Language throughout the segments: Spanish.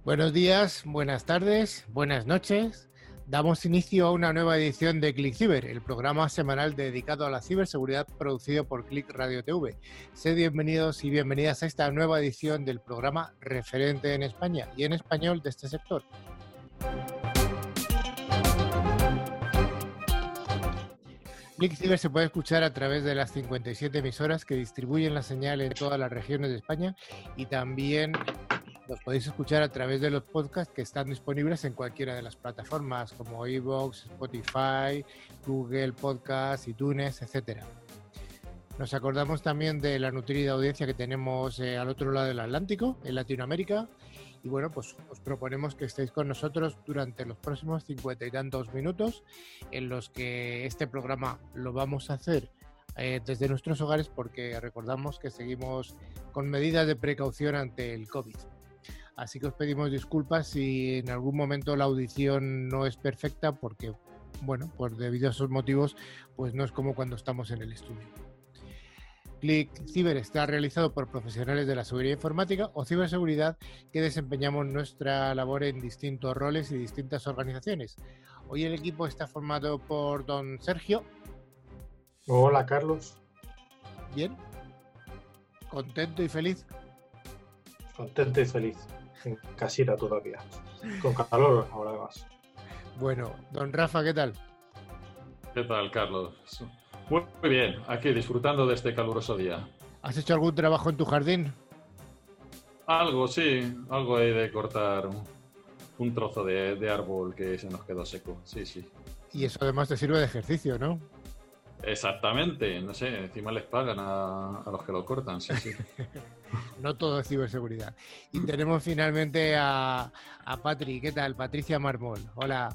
Buenos días, buenas tardes, buenas noches. Damos inicio a una nueva edición de Click Ciber, el programa semanal dedicado a la ciberseguridad producido por Click Radio TV. Sed bienvenidos y bienvenidas a esta nueva edición del programa referente en España y en español de este sector. Click Ciber se puede escuchar a través de las 57 emisoras que distribuyen la señal en todas las regiones de España y también los podéis escuchar a través de los podcasts que están disponibles en cualquiera de las plataformas como iVoox, Spotify, Google Podcast, iTunes, etc. Nos acordamos también de la nutrida audiencia que tenemos al otro lado del Atlántico, en Latinoamérica. Y bueno, pues os proponemos que estéis con nosotros durante los próximos 50 y tantos minutos, en los que este programa lo vamos a hacer desde nuestros hogares, porque recordamos que seguimos con medidas de precaución ante el COVID. Así que os pedimos disculpas si en algún momento la audición no es perfecta, porque, bueno, por debido a esos motivos, pues no es como cuando estamos en el estudio. Click Ciber está realizado por profesionales de la seguridad informática o ciberseguridad que desempeñamos nuestra labor en distintos roles y distintas organizaciones. Hoy el equipo está formado por don Sergio. Hola, Carlos. Bien. ¿Contento y feliz? Contento y feliz. En casita todavía. Con calor ahora más. Bueno, don Rafa, ¿qué tal? ¿Qué tal, Carlos? Muy bien, aquí disfrutando de este caluroso día. ¿Has hecho algún trabajo en tu jardín? Algo, sí. Algo hay de cortar un trozo de árbol que se nos quedó seco. Sí, sí. Y eso además te sirve de ejercicio, ¿no? Exactamente. No sé, encima les pagan a los que lo cortan. Sí, sí. No todo es ciberseguridad. Y tenemos finalmente a Patri. ¿Qué tal? Patricia Marmol. Hola.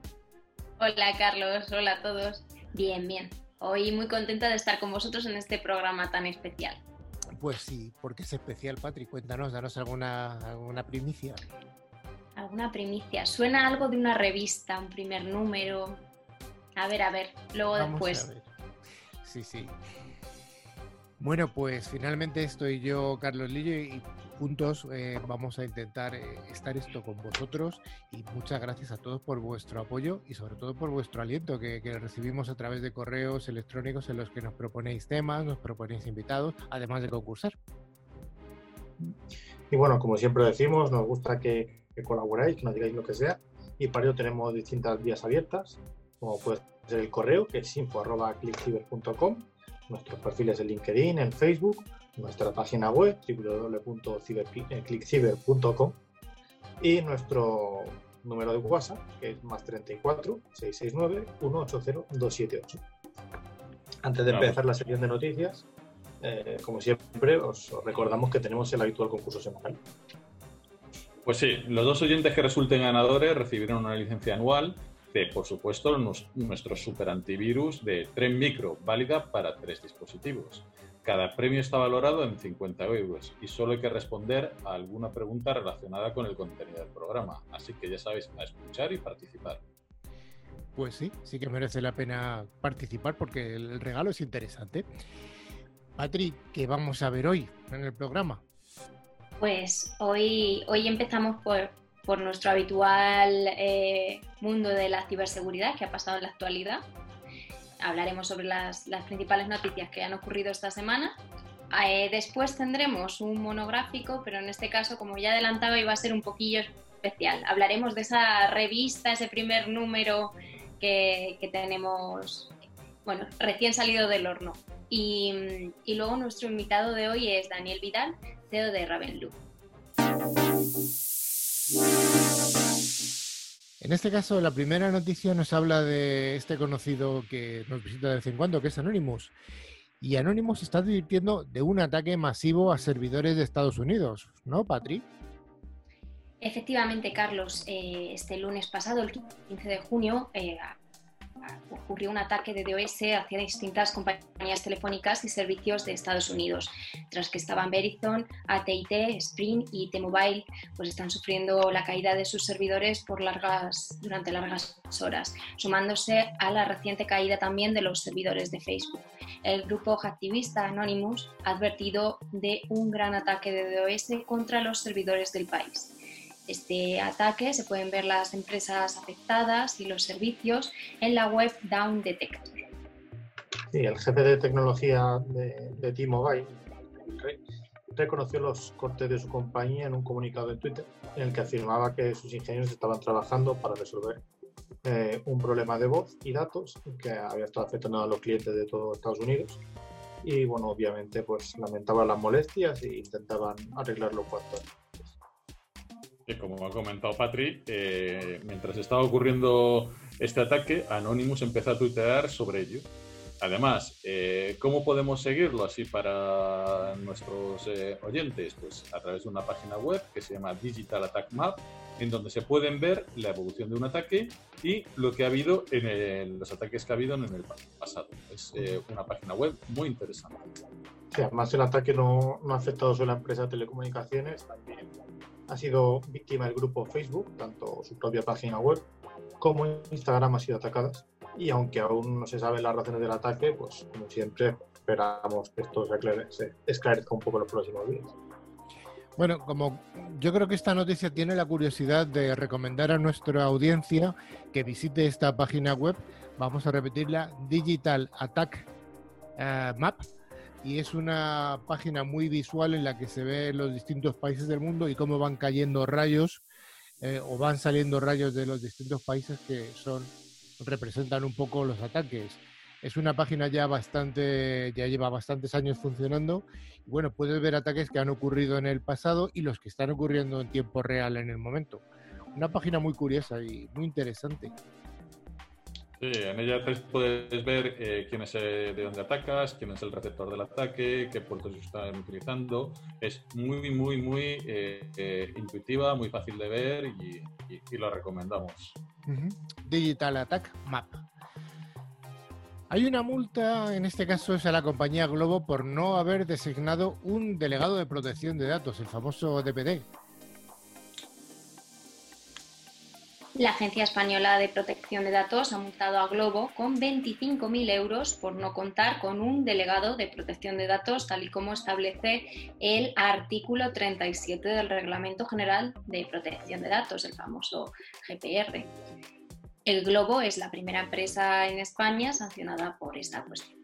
Hola, Carlos. Hola a todos. Bien, bien. Hoy muy contenta de estar con vosotros en este programa tan especial. Pues sí, porque es especial, Patri. Cuéntanos, danos alguna primicia. ¿Alguna primicia? Suena algo de una revista, un primer número. A ver, luego Vamos después. A ver. Sí. Bueno, pues finalmente estoy yo, Carlos Lillo, y juntos vamos a intentar estar esto con vosotros, y muchas gracias a todos por vuestro apoyo y sobre todo por vuestro aliento que recibimos a través de correos electrónicos en los que nos proponéis temas, nos proponéis invitados, además de concursar. Y bueno, como siempre decimos, nos gusta que colaboráis, que nos digáis lo que sea, y para ello tenemos distintas vías abiertas, como puede ser el correo, que es info@clickciber.com, nuestros perfiles en LinkedIn, en Facebook, nuestra página web www.clickciber.com y nuestro número de WhatsApp, que es +34 669 180 278. Antes de empezar la sección de noticias, como siempre, os recordamos que tenemos el habitual concurso semanal. Pues sí, los dos oyentes que resulten ganadores recibirán una licencia anual de, por supuesto, nuestro super antivirus de Trend Micro, válida para 3 dispositivos. Cada premio está valorado en 50 euros y solo hay que responder a alguna pregunta relacionada con el contenido del programa. Así que ya sabéis, a escuchar y participar. Pues sí que merece la pena participar porque el regalo es interesante. Patri, ¿qué vamos a ver hoy en el programa? Pues hoy empezamos por nuestro habitual mundo de la ciberseguridad que ha pasado en la actualidad. Hablaremos sobre las principales noticias que han ocurrido esta semana. Después tendremos un monográfico, pero en este caso, como ya adelantaba, iba a ser un poquillo especial. Hablaremos de esa revista, ese primer número que tenemos, bueno, recién salido del horno. Y luego nuestro invitado de hoy es Daniel Vidal, CEO de Ravenloop. En este caso, la primera noticia nos habla de este conocido que nos visita de vez en cuando, que es Anonymous. Y Anonymous está advirtiendo de un ataque masivo a servidores de Estados Unidos, ¿no, Patri? Efectivamente, Carlos. Este lunes pasado, el 15 de junio, ocurrió un ataque de DOS hacia distintas compañías telefónicas y servicios de Estados Unidos, tras que estaban Verizon, AT&T, Sprint y T-Mobile, pues están sufriendo la caída de sus servidores durante largas horas, sumándose a la reciente caída también de los servidores de Facebook. El grupo hacktivista Anonymous ha advertido de un gran ataque de DOS contra los servidores del país. este ataque se pueden ver las empresas afectadas y los servicios en la web Down Detector. Sí, el jefe de tecnología de T-Mobile reconoció los cortes de su compañía en un comunicado de Twitter en el que afirmaba que sus ingenieros estaban trabajando para resolver un problema de voz y datos que había estado afectando a los clientes de todo Estados Unidos. Y bueno, obviamente pues lamentaban las molestias e intentaban arreglarlo cuanto antes. Y como ha comentado Patri, mientras estaba ocurriendo este ataque, Anonymous empezó a tuitear sobre ello. Además, ¿cómo podemos seguirlo así para nuestros oyentes? Pues a través de una página web que se llama Digital Attack Map, en donde se pueden ver la evolución de un ataque y lo que ha habido en los ataques que ha habido en el pasado. Es una página web muy interesante. Sí, además el ataque no ha afectado solo a la empresa de telecomunicaciones, también ha sido víctima el grupo Facebook, tanto su propia página web como Instagram ha sido atacadas. Y aunque aún no se saben las razones del ataque, pues como siempre esperamos que esto se esclarezca un poco en los próximos días. Bueno, como yo creo que esta noticia tiene la curiosidad de recomendar a nuestra audiencia que visite esta página web, vamos a repetirla, Digital Attack Map, y es una página muy visual en la que se ven los distintos países del mundo y cómo van cayendo rayos o van saliendo rayos de los distintos países que representan un poco los ataques. Es una página ya lleva bastantes años funcionando. Y bueno, puedes ver ataques que han ocurrido en el pasado y los que están ocurriendo en tiempo real en el momento. Una página muy curiosa y muy interesante. Sí, en ella puedes ver quién es de dónde atacas, quién es el receptor del ataque, qué puertos están utilizando. Es muy, muy, muy intuitiva, muy fácil de ver y lo recomendamos. Digital Attack Map. Hay una multa, en este caso es a la compañía Globo, por no haber designado un delegado de protección de datos, el famoso DPD. La Agencia Española de Protección de Datos ha multado a Globo con 25.000 euros por no contar con un delegado de protección de datos, tal y como establece el artículo 37 del Reglamento General de Protección de Datos, el famoso GPR. El Globo es la primera empresa en España sancionada por esta cuestión.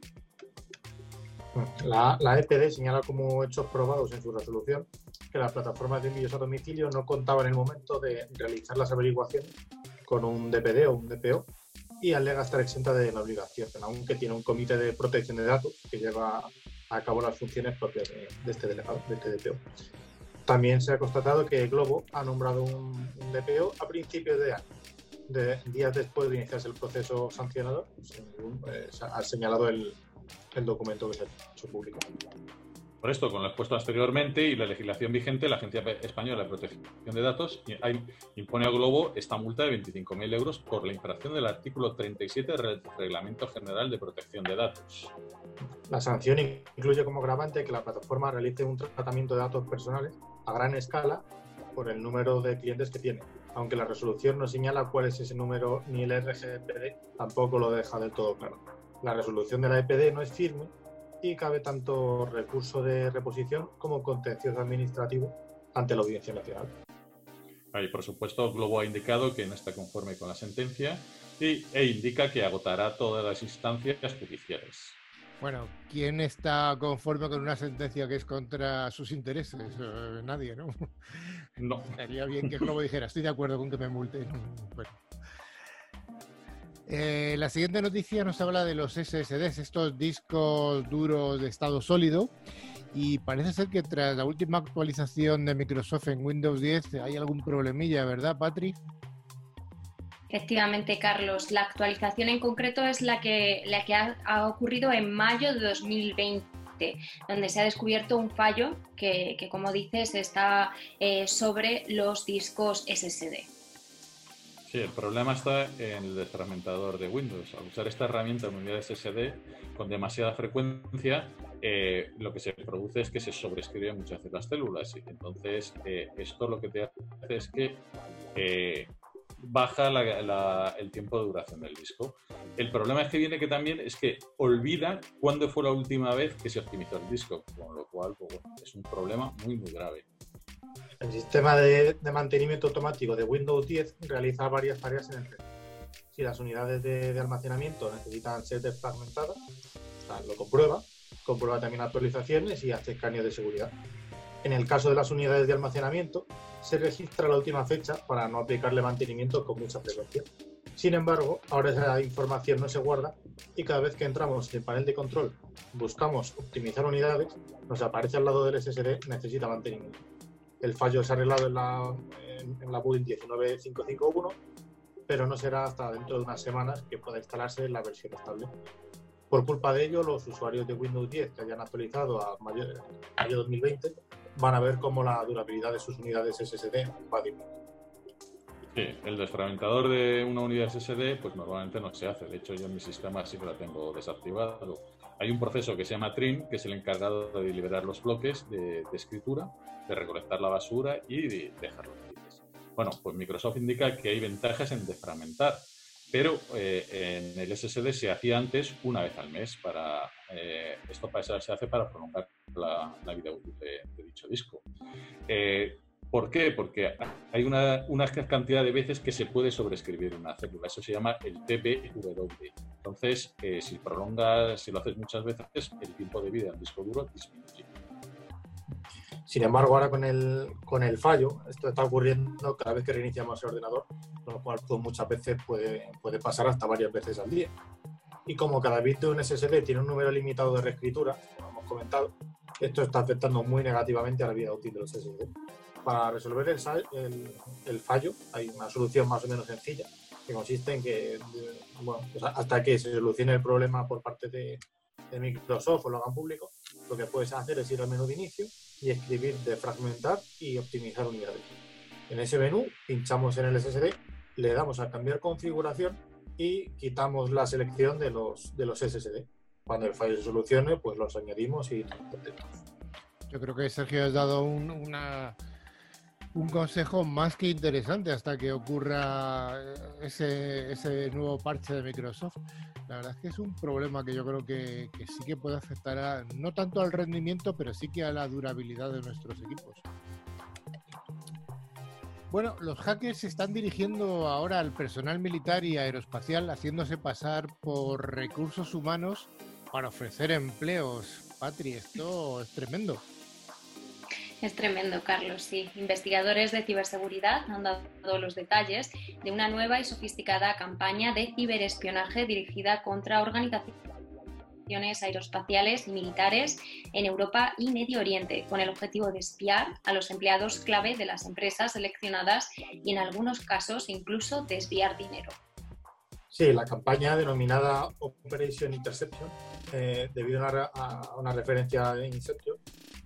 La EPD señala como hechos probados en su resolución que las plataformas de envíos a domicilio no contaban en el momento de realizar las averiguaciones con un DPD o un DPO y alega estar exenta de la obligación, aunque tiene un comité de protección de datos que lleva a cabo las funciones propias de este delegado, de este DPO. También se ha constatado que Globo ha nombrado un DPO a principios de año, días después de iniciarse el proceso sancionador, según ha señalado el documento que se ha hecho público. Por esto, con lo expuesto anteriormente y la legislación vigente, la Agencia Española de Protección de Datos impone a Globo esta multa de 25.000 euros por la infracción del artículo 37 del Reglamento General de Protección de Datos. La sanción incluye como agravante que la plataforma realice un tratamiento de datos personales a gran escala por el número de clientes que tiene, aunque la resolución no señala cuál es ese número ni el RGPD tampoco lo deja del todo claro. La resolución de la EPD no es firme y cabe tanto recurso de reposición como contencioso administrativo ante la Audiencia Nacional. Y por supuesto, Globo ha indicado que no está conforme con la sentencia e indica que agotará todas las instancias judiciales. Bueno, ¿quién está conforme con una sentencia que es contra sus intereses? Nadie, ¿no? No. Estaría bien que Globo dijera, estoy de acuerdo con que me multen. Bueno. La siguiente noticia nos habla de los SSDs, estos discos duros de estado sólido, y parece ser que tras la última actualización de Microsoft en Windows 10 hay algún problemilla, ¿verdad, Patri? Efectivamente, Carlos. La actualización en concreto es la que ha ocurrido en mayo de 2020, donde se ha descubierto un fallo que como dices, está sobre los discos SSD. Sí, el problema está en el desfragmentador de Windows. Al usar esta herramienta en unidades SSD con demasiada frecuencia, lo que se produce es que se sobreescriben muchas veces las células. Entonces, esto lo que te hace es que baja el tiempo de duración del disco. El problema que también es que olvida cuándo fue la última vez que se optimizó el disco, con lo cual pues, bueno, es un problema muy, muy grave. El sistema de mantenimiento automático de Windows 10 realiza varias tareas en el red. Si las unidades de almacenamiento necesitan ser desfragmentadas, lo comprueba también actualizaciones y hace escaneo de seguridad. En el caso de las unidades de almacenamiento, se registra la última fecha para no aplicarle mantenimiento con mucha frecuencia. Sin embargo, ahora esa información no se guarda y cada vez que entramos en el panel de control, buscamos optimizar unidades, nos aparece al lado del SSD necesita mantenimiento. El fallo se ha arreglado en la build 19551, pero no será hasta dentro de unas semanas que pueda instalarse la versión estable. Por culpa de ello, los usuarios de Windows 10 que hayan actualizado a mayo de 2020 van a ver cómo la durabilidad de sus unidades SSD va a disminuir. Sí, el desfragmentador de una unidad SSD pues normalmente no se hace. De hecho, yo en mi sistema sí que lo tengo desactivado. Hay un proceso que se llama trim, que es el encargado de liberar los bloques de escritura, de recolectar la basura y de dejarlos libres. Bueno, pues Microsoft indica que hay ventajas en desfragmentar, pero en el SSD se hacía antes una vez al mes. Esto se hace para prolongar la vida útil de dicho disco. ¿Por qué? Porque hay una cantidad de veces que se puede sobreescribir una célula. Eso se llama el TBW. Entonces, si lo haces muchas veces, el tiempo de vida del disco duro disminuye. Sin embargo, ahora con el fallo, esto está ocurriendo cada vez que reiniciamos el ordenador, lo cual pues, muchas veces puede pasar hasta varias veces al día. Y como cada bit de un SSD tiene un número limitado de reescritura, como hemos comentado, esto está afectando muy negativamente a la vida útil de los SSD. Para resolver el fallo hay una solución más o menos sencilla, que consiste en que pues hasta que se solucione el problema por parte de Microsoft o lo hagan público, lo que puedes hacer es ir al menú de inicio y escribir desfragmentar y optimizar unidades. En ese menú pinchamos en el SSD, le damos a cambiar configuración y quitamos la selección de los SSD. Cuando el fallo se solucione, pues los añadimos y estamos contentos. Yo creo que Sergio has dado un consejo más que interesante hasta que ocurra ese nuevo parche de Microsoft. La verdad es que es un problema que yo creo que sí que puede afectar no tanto al rendimiento, pero sí que a la durabilidad de nuestros equipos. Bueno, los hackers se están dirigiendo ahora al personal militar y aeroespacial, haciéndose pasar por recursos humanos para ofrecer empleos. Patri, esto es tremendo. Es tremendo, Carlos, sí. Investigadores de ciberseguridad han dado los detalles de una nueva y sofisticada campaña de ciberespionaje dirigida contra organizaciones aeroespaciales y militares en Europa y Medio Oriente, con el objetivo de espiar a los empleados clave de las empresas seleccionadas y, en algunos casos, incluso desviar dinero. Sí, la campaña denominada Operation Interception, debido a una referencia a Inception,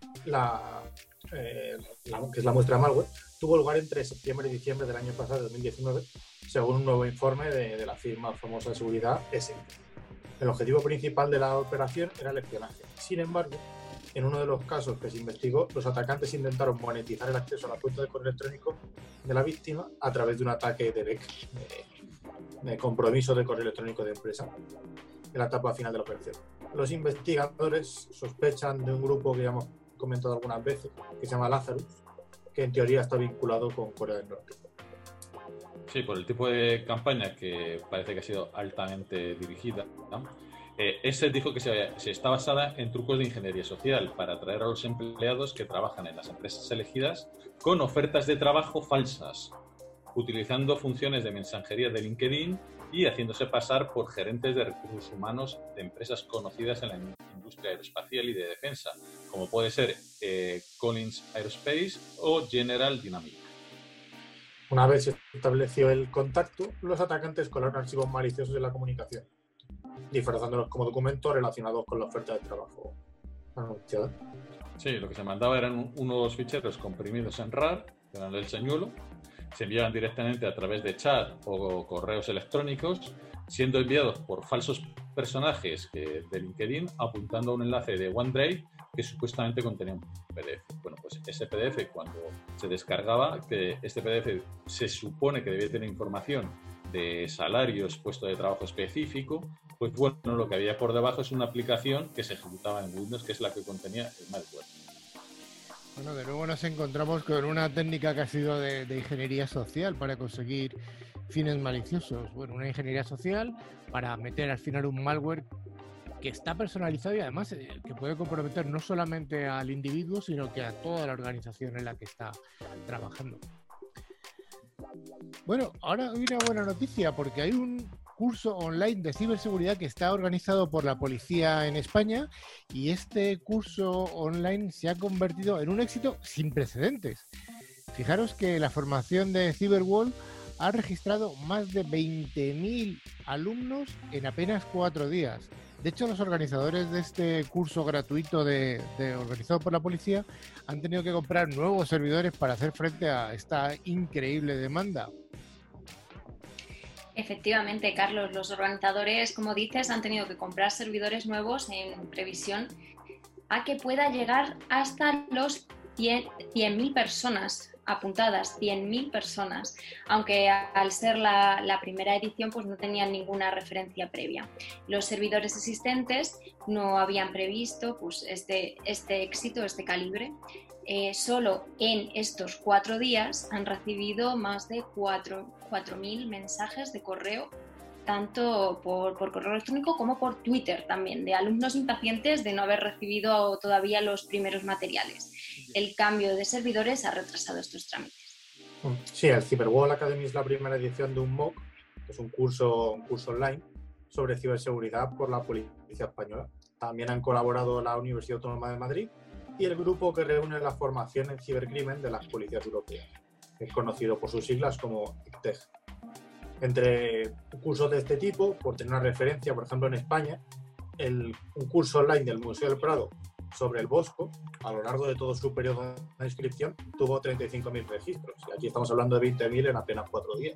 que es la muestra de malware, tuvo lugar entre septiembre y diciembre del año pasado, 2019, según un nuevo informe de la firma famosa de seguridad SEC. El objetivo principal de la operación era el espionaje. Sin embargo, en uno de los casos que se investigó, los atacantes intentaron monetizar el acceso a la cuenta de correo electrónico de la víctima a través de un ataque de BEC, de compromiso de correo electrónico de empresa, en la etapa final de la operación. Los investigadores sospechan de un grupo que hemos comentado algunas veces, que se llama Lazarus, que en teoría está vinculado con Corea del Norte. Sí, por el tipo de campaña que parece que ha sido altamente dirigida, ¿no? Ese dijo que se está basada en trucos de ingeniería social para atraer a los empleados que trabajan en las empresas elegidas con ofertas de trabajo falsas, utilizando funciones de mensajería de LinkedIn y haciéndose pasar por gerentes de recursos humanos de empresas conocidas en la industria aeroespacial y de defensa, como puede ser Collins Aerospace o General Dynamics. Una vez se estableció el contacto, los atacantes colaron archivos maliciosos en la comunicación, disfrazándolos como documentos relacionados con la oferta de trabajo anunciada. Sí, lo que se mandaba eran unos ficheros comprimidos en RAR, que eran del señuelo, se enviaban directamente a través de chat o correos electrónicos, siendo enviados por falsos personajes de LinkedIn, apuntando a un enlace de OneDrive que supuestamente contenía un PDF. Bueno, pues ese PDF, cuando se descargaba, que este PDF se supone que debía tener información de salarios, puesto de trabajo específico, pues bueno, lo que había por debajo es una aplicación que se ejecutaba en Windows, que es la que contenía el malware. Bueno, de nuevo nos encontramos con una técnica que ha sido de ingeniería social para conseguir fines maliciosos. Bueno, una ingeniería social para meter al final un malware que está personalizado y además que puede comprometer no solamente al individuo, sino que a toda la organización en la que está trabajando. Bueno, ahora hay una buena noticia porque hay un curso online de ciberseguridad que está organizado por la policía en España y este curso online se ha convertido en un éxito sin precedentes. Fijaros que la formación de Cyberwall ha registrado más de 20.000 alumnos en apenas 4 días. De hecho, los organizadores de este curso gratuito organizado por la policía han tenido que comprar nuevos servidores para hacer frente a esta increíble demanda. Efectivamente, Carlos, los organizadores, como dices, han tenido que comprar servidores nuevos en previsión a que pueda llegar hasta los 100.000 personas apuntadas, 100.000 personas, aunque al ser la primera edición pues no tenían ninguna referencia previa. Los servidores existentes no habían previsto pues, este éxito, este calibre. Solo en estos 4 días han recibido más de 4.000 mensajes de correo, tanto por correo electrónico como por Twitter también, de alumnos impacientes de no haber recibido todavía los primeros materiales. El cambio de servidores ha retrasado estos trámites. Sí, el Cyberwall Academy es la primera edición de un MOOC, que es un curso online sobre ciberseguridad por la Policía Española. También han colaborado la Universidad Autónoma de Madrid y el grupo que reúne la formación en cibercrimen de las policías europeas, que es conocido por sus siglas como ICTEG. Entre cursos de este tipo, por tener una referencia, por ejemplo en España, un curso online del Museo del Prado sobre el Bosco, a lo largo de todo su periodo de inscripción, tuvo 35.000 registros. Y aquí estamos hablando de 20.000 en apenas 4 días.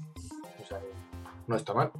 O sea, no está mal.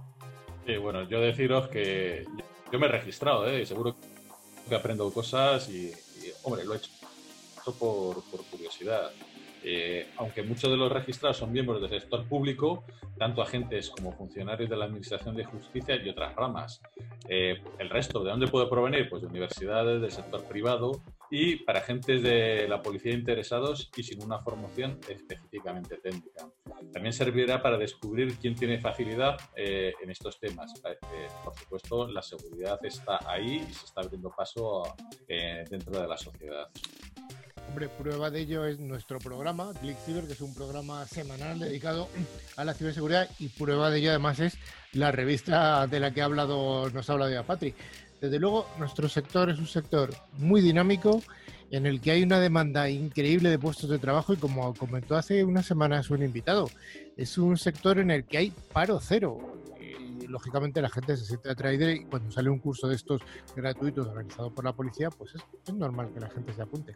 Sí, bueno, yo deciros que yo me he registrado, seguro que aprendo cosas y hombre, lo he hecho por curiosidad. Aunque muchos de los registrados son miembros del sector público, tanto agentes como funcionarios de la Administración de Justicia y otras ramas. El resto, ¿de dónde puede provenir? Pues de universidades, del sector privado y para agentes de la policía interesados y sin una formación específicamente técnica. También servirá para descubrir quién tiene facilidad en estos temas. Por supuesto, la seguridad está ahí y se está abriendo paso dentro de la sociedad. Hombre, prueba de ello es nuestro programa, Click Cyber, que es un programa semanal dedicado a la ciberseguridad, y prueba de ello además es la revista de la que nos ha hablado ya Patri. Desde luego, nuestro sector es un sector muy dinámico, en el que hay una demanda increíble de puestos de trabajo y, como comentó hace unas semanas un invitado, es un sector en el que hay paro cero. Y, lógicamente, la gente se siente atraída y cuando sale un curso de estos gratuitos organizado por la policía, pues es normal que la gente se apunte.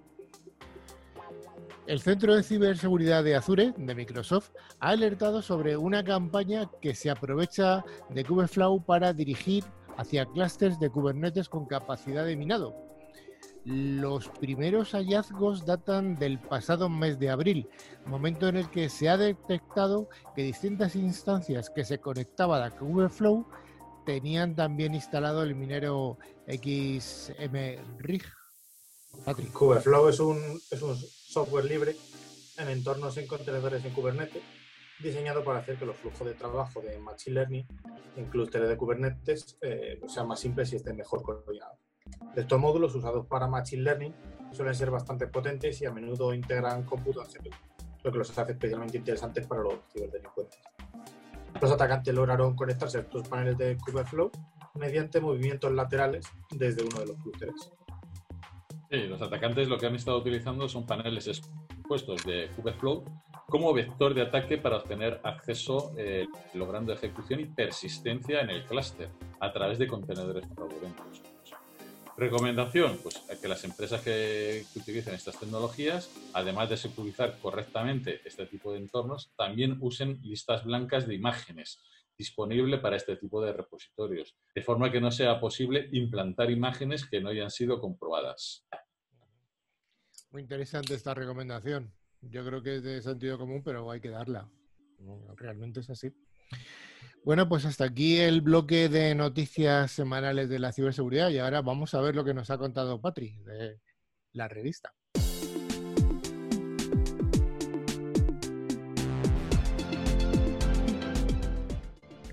El Centro de Ciberseguridad de Azure, de Microsoft, ha alertado sobre una campaña que se aprovecha de Kubeflow para dirigir hacia clústeres de Kubernetes con capacidad de minado. Los primeros hallazgos datan del pasado mes de abril, momento en el que se ha detectado que distintas instancias que se conectaban a Kubeflow tenían también instalado el minero XMRig. Patrick. Kubeflow es un software libre en entornos en contenedores en Kubernetes, diseñado para hacer que los flujos de trabajo de Machine Learning en clústeres de Kubernetes sean más simples y estén mejor coordinados. Estos módulos usados para Machine Learning suelen ser bastante potentes y a menudo integran cómputo en CPU, lo que los hace especialmente interesantes para los ciberdelincuentes. Los atacantes lograron conectarse a estos paneles de Kubeflow mediante movimientos laterales desde uno de los clústeres. Sí, los atacantes lo que han estado utilizando son paneles expuestos de Kubeflow como vector de ataque para obtener acceso, logrando ejecución y persistencia en el clúster a través de contenedores fraudulentos. Recomendación, pues que las empresas que utilicen estas tecnologías, además de securizar correctamente este tipo de entornos, también usen listas blancas de imágenes disponible para este tipo de repositorios, de forma que no sea posible implantar imágenes que no hayan sido comprobadas. Muy interesante esta recomendación. Yo creo que es de sentido común, pero hay que darla. Realmente es así. Bueno, pues hasta aquí el bloque de noticias semanales de la ciberseguridad y ahora vamos a ver lo que nos ha contado Patri de la revista.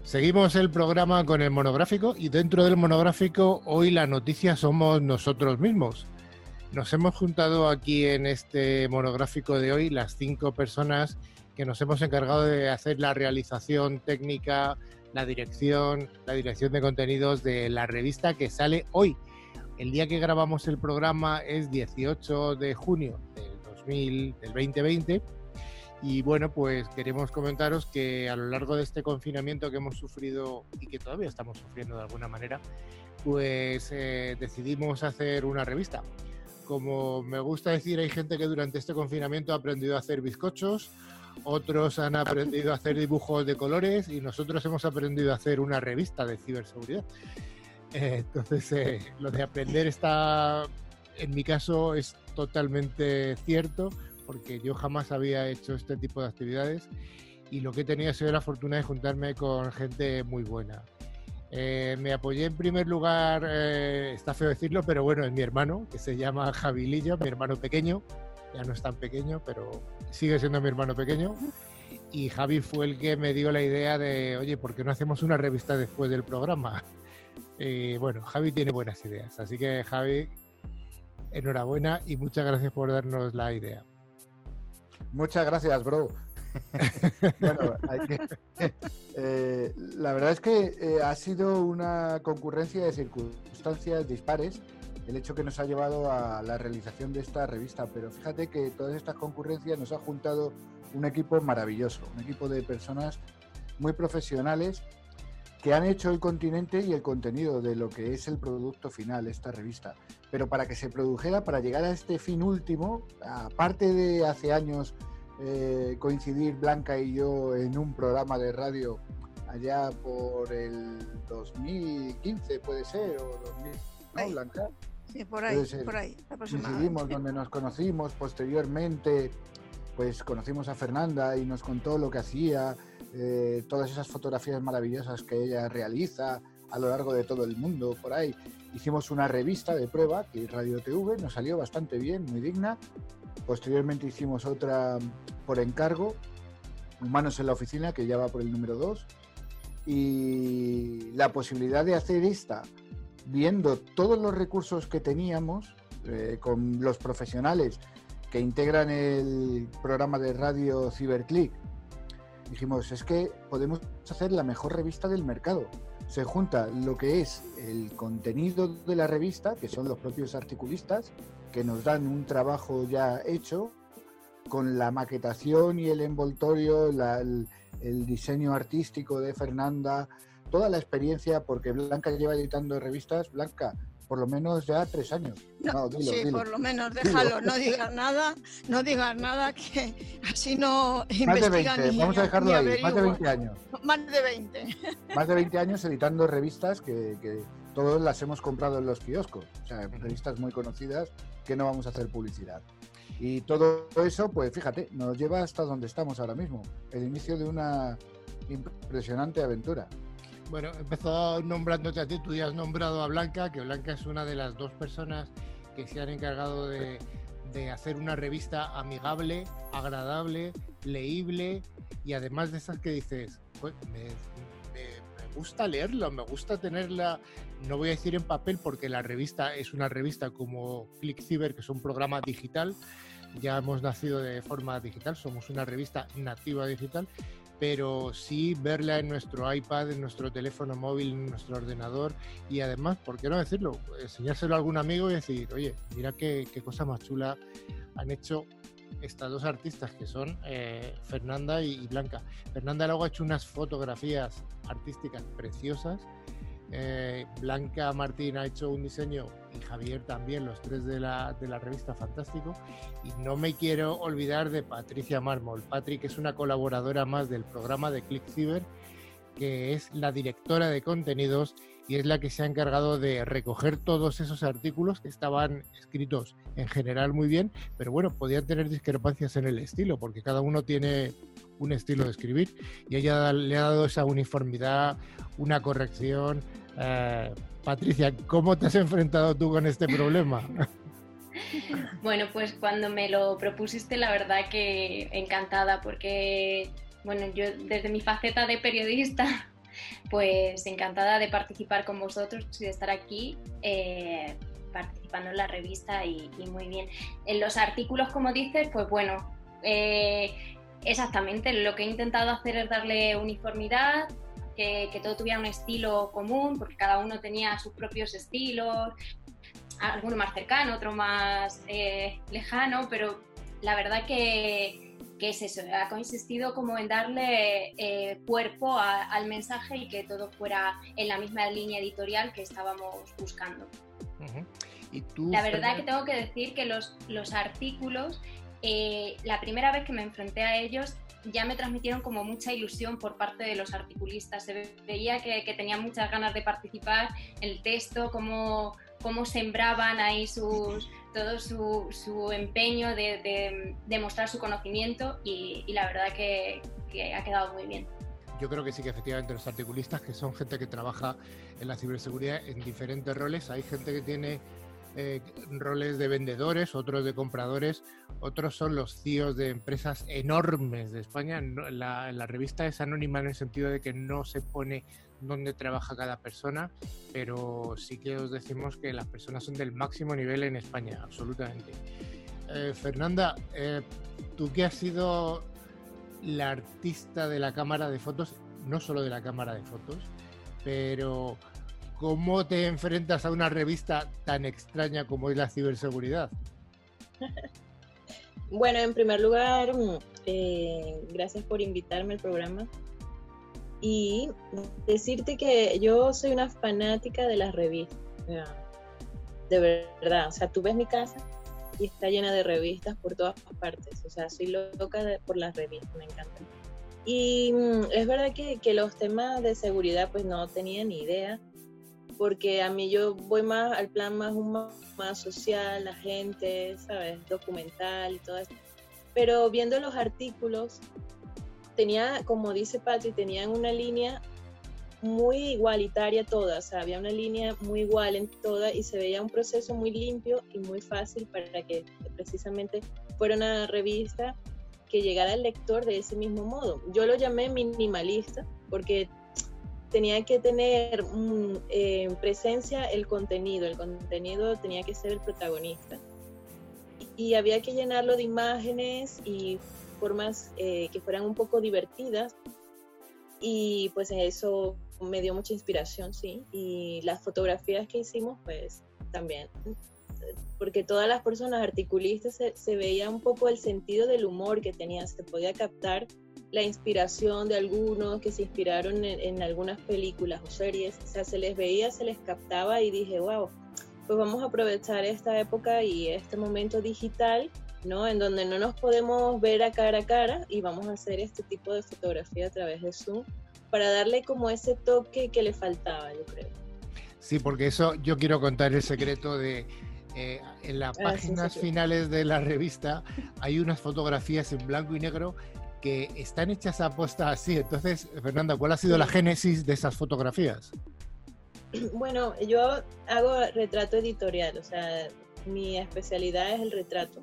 seguimos el programa con el monográfico y dentro del monográfico hoy la noticia somos nosotros mismos. Nos hemos juntado aquí en este monográfico de hoy las 5 personas que nos hemos encargado de hacer la realización técnica, la dirección de contenidos de la revista que sale hoy. El día que grabamos el programa es 18 de junio del 2020 y bueno, pues queremos comentaros que a lo largo de este confinamiento que hemos sufrido y que todavía estamos sufriendo de alguna manera, pues decidimos hacer una revista. Como me gusta decir, hay gente que durante este confinamiento ha aprendido a hacer bizcochos, otros han aprendido a hacer dibujos de colores y nosotros hemos aprendido a hacer una revista de ciberseguridad. Entonces, lo de aprender está, en mi caso, es totalmente cierto, porque yo jamás había hecho este tipo de actividades y lo que he tenido ha sido la fortuna de juntarme con gente muy buena. Me apoyé en primer lugar, está feo decirlo, pero bueno, es mi hermano, que se llama Javi Lillo, mi hermano pequeño, ya no es tan pequeño, pero sigue siendo mi hermano pequeño. Y Javi fue el que me dio la idea de, oye, ¿por qué no hacemos una revista después del programa? Bueno, Javi tiene buenas ideas, así que Javi, enhorabuena y muchas gracias por darnos la idea. Muchas gracias, bro. Bueno, la verdad es que ha sido una concurrencia de circunstancias dispares el hecho que nos ha llevado a la realización de esta revista, pero fíjate que todas estas concurrencias nos ha juntado un equipo maravilloso, un equipo de personas muy profesionales que han hecho el continente y el contenido de lo que es el producto final, esta revista. Pero para que se produjera, para llegar a este fin último, aparte de hace años coincidir Blanca y yo en un programa de radio allá por el 2015, puede ser, o 2000, ¿no, Blanca? Sí, por ahí aproximadamente. Coincidimos donde nos conocimos, posteriormente pues conocimos a Fernanda y nos contó lo que hacía, todas esas fotografías maravillosas que ella realiza a lo largo de todo el mundo por ahí. Hicimos una revista de prueba, que es Radio TV, nos salió bastante bien, muy digna. Posteriormente hicimos otra por encargo, Humanos en la Oficina, que ya va por el número 2. Y la posibilidad de hacer esta, viendo todos los recursos que teníamos, con los profesionales que integran el programa de radio Ciberclick, dijimos, es que podemos hacer la mejor revista del mercado. Se junta lo que es el contenido de la revista, que son los propios articulistas, que nos dan un trabajo ya hecho, con la maquetación y el envoltorio, el diseño artístico de Fernanda, toda la experiencia, porque Blanca lleva editando revistas, Blanca, por lo menos ya 3 años. No, dilo. Por lo menos déjalo, no digas nada, que así no investigan. Más de 20, vamos a dejarlo ahí, más de 20 años. Más de 20. Más de 20 años editando revistas que todos las hemos comprado en los kioscos, o sea, revistas muy conocidas que no vamos a hacer publicidad. Y todo eso, pues fíjate, nos lleva hasta donde estamos ahora mismo, el inicio de una impresionante aventura. Bueno, empezó nombrándote a ti, tú ya has nombrado a Blanca, que Blanca es una de las 2 personas que se han encargado de hacer una revista amigable, agradable, leíble y además de esas que dices, pues, me gusta leerlo, me gusta tenerla, no voy a decir en papel porque la revista es una revista como ClickCiber, que es un programa digital, ya hemos nacido de forma digital, somos una revista nativa digital, pero sí verla en nuestro iPad, en nuestro teléfono móvil, en nuestro ordenador y además, ¿por qué no decirlo? Enseñárselo a algún amigo y decir, oye, mira qué cosa más chula han hecho estas 2 artistas que son Fernanda y Blanca. Fernanda luego ha hecho unas fotografías artísticas preciosas, Blanca Martín ha hecho un diseño y Javier también, los 3 de la revista, fantástico. Y no me quiero olvidar de Patricia Mármol. Patrick es una colaboradora más del programa de ClickCiber, que es la directora de contenidos y es la que se ha encargado de recoger todos esos artículos que estaban escritos en general muy bien, pero bueno, podían tener discrepancias en el estilo, porque cada uno tiene un estilo de escribir y ella le ha dado esa uniformidad, una corrección. Patricia, ¿cómo te has enfrentado tú con este problema? Bueno, pues cuando me lo propusiste, la verdad que encantada, porque bueno, yo desde mi faceta de periodista Pues encantada de participar con vosotros y de estar aquí participando en la revista y muy bien. En los artículos, como dices, pues bueno, exactamente lo que he intentado hacer es darle uniformidad, que todo tuviera un estilo común, porque cada uno tenía sus propios estilos, alguno más cercano, otro más lejano, pero la verdad que es eso, ha consistido como en darle cuerpo al mensaje y que todo fuera en la misma línea editorial que estábamos buscando. Uh-huh. ¿Y tú, la verdad que tengo que decir que los artículos, la primera vez que me enfrenté a ellos, ya me transmitieron como mucha ilusión por parte de los articulistas. Se veía que tenían muchas ganas de participar en el texto, cómo sembraban ahí todo su empeño de mostrar su conocimiento y la verdad que ha quedado muy bien. Yo creo que sí, que efectivamente los articulistas, que son gente que trabaja en la ciberseguridad en diferentes roles, hay gente que tiene roles de vendedores, otros de compradores, otros son los CEOs de empresas enormes de España. La revista es anónima en el sentido de que no se pone dónde trabaja cada persona, pero sí que os decimos que las personas son del máximo nivel en España, absolutamente. Fernanda, tú que has sido la artista de la cámara de fotos, no solo de la cámara de fotos, pero ¿cómo te enfrentas a una revista tan extraña como es la ciberseguridad? Bueno, en primer lugar, gracias por invitarme al programa y decirte que yo soy una fanática de las revistas, de verdad. O sea, tú ves mi casa y está llena de revistas por todas partes. O sea, soy loca por las revistas, me encantan. Y es verdad que los temas de seguridad pues no tenía ni idea, porque a mí yo voy más al plan más social, la gente, ¿sabes? Documental y todo eso. Pero viendo los artículos, tenía, como dice Patri, tenían una línea muy igualitaria toda, o sea, había una línea muy igual en toda y se veía un proceso muy limpio y muy fácil para que precisamente fuera una revista que llegara al lector de ese mismo modo. Yo lo llamé minimalista porque tenía que tener presencia el contenido tenía que ser el protagonista y había que llenarlo de imágenes y formas que fueran un poco divertidas y pues eso me dio mucha inspiración, sí, y las fotografías que hicimos pues también, porque todas las personas articulistas se veía un poco el sentido del humor que tenían, se podía captar la inspiración de algunos que se inspiraron en algunas películas o series, o sea, se les veía, se les captaba y dije, wow, pues vamos a aprovechar esta época y este momento digital, ¿no? En donde no nos podemos ver a cara y vamos a hacer este tipo de fotografía a través de Zoom para darle como ese toque que le faltaba, yo creo. Sí, porque eso yo quiero contar el secreto de... en las páginas finales de la revista hay unas fotografías en blanco y negro que están hechas a posta así. Entonces, Fernanda, ¿cuál ha sido la génesis de esas fotografías? Bueno, yo hago retrato editorial, o sea, mi especialidad es el retrato.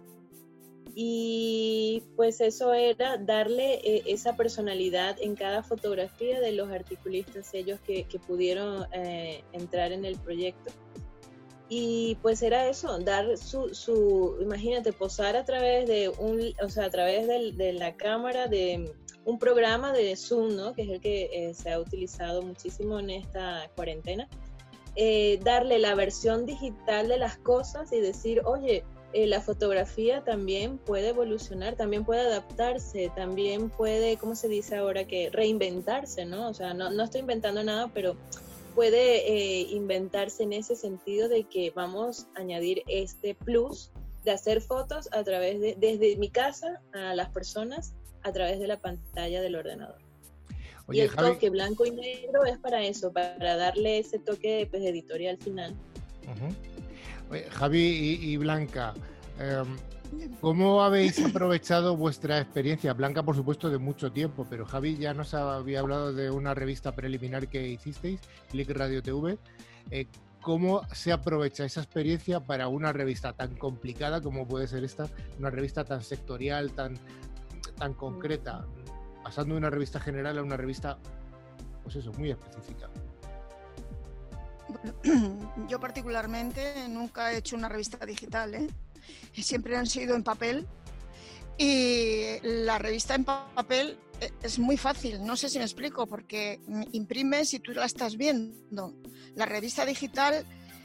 Y pues eso era darle esa personalidad en cada fotografía de los articulistas, ellos que pudieron entrar en el proyecto. Y pues era eso, dar imagínate, posar a través de a través de la cámara de un programa de Zoom, ¿no? Que es el que se ha utilizado muchísimo en esta cuarentena. Darle la versión digital de las cosas y decir, oye, la fotografía también puede evolucionar, también puede adaptarse, también puede, ¿cómo se dice ahora? Que reinventarse, ¿no? O sea, no estoy inventando nada, pero puede inventarse en ese sentido de que vamos a añadir este plus de hacer fotos a través desde mi casa a las personas a través de la pantalla del ordenador. Oye, y el Javi, toque blanco y negro es para eso, para darle ese toque pues, editorial final. Uh-huh. Oye, Javi y Blanca, ¿cómo habéis aprovechado vuestra experiencia? Blanca, por supuesto, de mucho tiempo, pero Javi ya nos había hablado de una revista preliminar que hicisteis, Click Radio TV. ¿Cómo se aprovecha esa experiencia para una revista tan complicada como puede ser esta, una revista tan sectorial, tan concreta, pasando de una revista general a una revista pues eso, muy específica. Yo particularmente nunca he hecho una revista digital, ¿eh? Siempre han sido en papel, y la revista en papel es muy fácil, no sé si me explico, porque imprimes y tú la estás viendo. La revista digital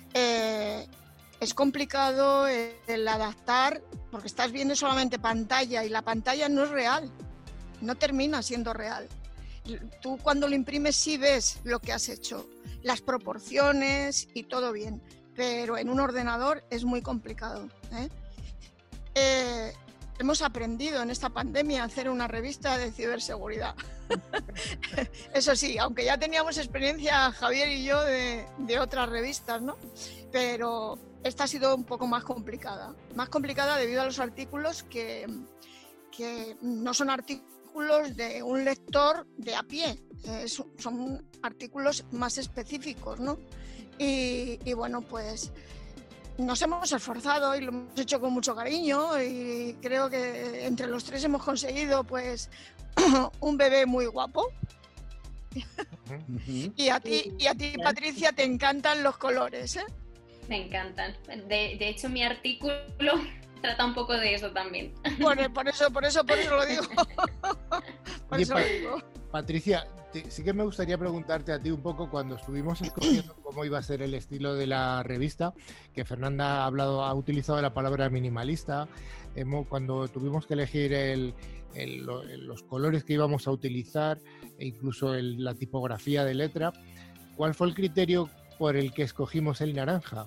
es complicado el adaptar, porque estás viendo solamente pantalla y la pantalla no es real, no termina siendo real. Tú cuando lo imprimes sí ves lo que has hecho, las proporciones y todo bien, pero en un ordenador es muy complicado, ¿eh? Hemos aprendido en esta pandemia a hacer una revista de ciberseguridad. Eso sí, aunque ya teníamos experiencia Javier y yo de otras revistas, ¿no? Pero esta ha sido un poco más complicada debido a los artículos que no son artículos de un lector de a pie, son artículos más específicos, ¿no? Y bueno, pues nos hemos esforzado y lo hemos hecho con mucho cariño, y creo que entre los tres hemos conseguido pues un bebé muy guapo. Y a ti, Patricia, te encantan los colores, ¿eh? Me encantan. De hecho, mi artículo trata un poco de eso también. Por eso lo digo. Oye, Patricia, sí que me gustaría preguntarte a ti un poco, cuando estuvimos escogiendo cómo iba a ser el estilo de la revista, que Fernanda ha utilizado la palabra minimalista, cuando tuvimos que elegir los colores que íbamos a utilizar e incluso la tipografía de letra, ¿cuál fue el criterio por el que escogimos el naranja?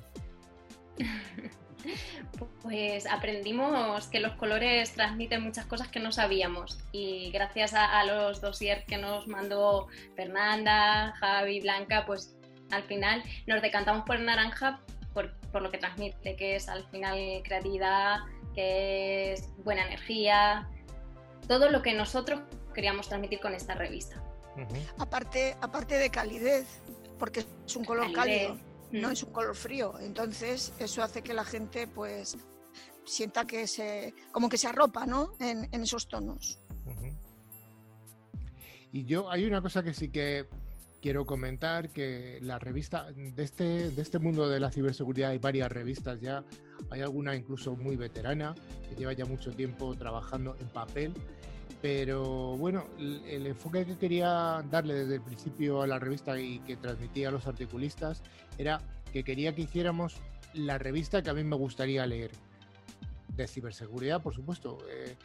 Pues aprendimos que los colores transmiten muchas cosas que no sabíamos, y gracias a los dossiers que nos mandó Fernanda, Javi, Blanca, pues al final nos decantamos por el naranja por lo que transmite, que es al final creatividad, que es buena energía, todo lo que nosotros queríamos transmitir con esta revista. Aparte de calidez, porque es un color cálido, no es un color frío, entonces eso hace que la gente pues sienta que como que se arropa, ¿no? en esos tonos. Y hay una cosa que sí que quiero comentar, que la revista de este mundo de la ciberseguridad hay varias revistas ya, hay alguna incluso muy veterana que lleva ya mucho tiempo trabajando en papel, pero bueno, el enfoque que quería darle desde el principio a la revista y que transmitía a los articulistas era que quería que hiciéramos la revista que a mí me gustaría leer, de ciberseguridad, por supuesto.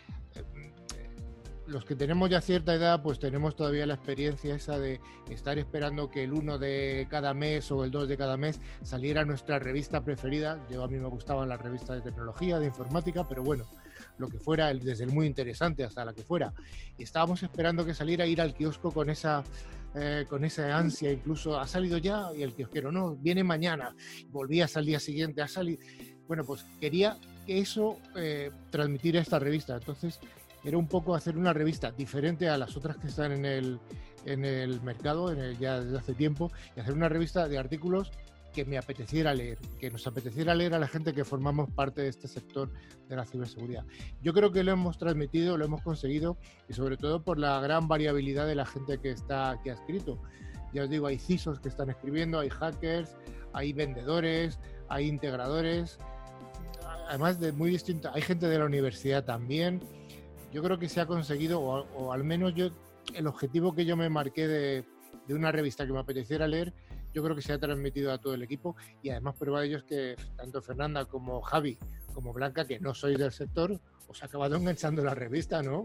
Los que tenemos ya cierta edad, pues tenemos todavía la experiencia esa de estar esperando que el 1 de cada mes o el 2 de cada mes saliera nuestra revista preferida. A mí me gustaban las revistas de tecnología, de informática, pero bueno, lo que fuera, desde el muy interesante hasta la que fuera. Y estábamos esperando que saliera, ir al kiosco con esa ansia, incluso ha salido ya, y el kiosquero no, viene mañana, volvías al día siguiente, ha salido. Bueno, pues quería que eso transmitir esta revista. Entonces era un poco hacer una revista diferente a las otras que están en el mercado ya desde hace tiempo, y hacer una revista de artículos que me apeteciera leer, que nos apeteciera leer a la gente que formamos parte de este sector de la ciberseguridad. Yo creo que lo hemos transmitido, lo hemos conseguido, y sobre todo por la gran variabilidad de la gente que ha escrito. Ya os digo, hay CISOs que están escribiendo, hay hackers, hay vendedores, hay integradores, además de muy distinta, hay gente de la universidad también. Yo creo que se ha conseguido, o al menos el objetivo que yo me marqué de una revista que me apeteciera leer, yo creo que se ha transmitido a todo el equipo, y además prueba de ello es que tanto Fernanda como Javi como Blanca, que no sois del sector, os ha acabado enganchando la revista, ¿no?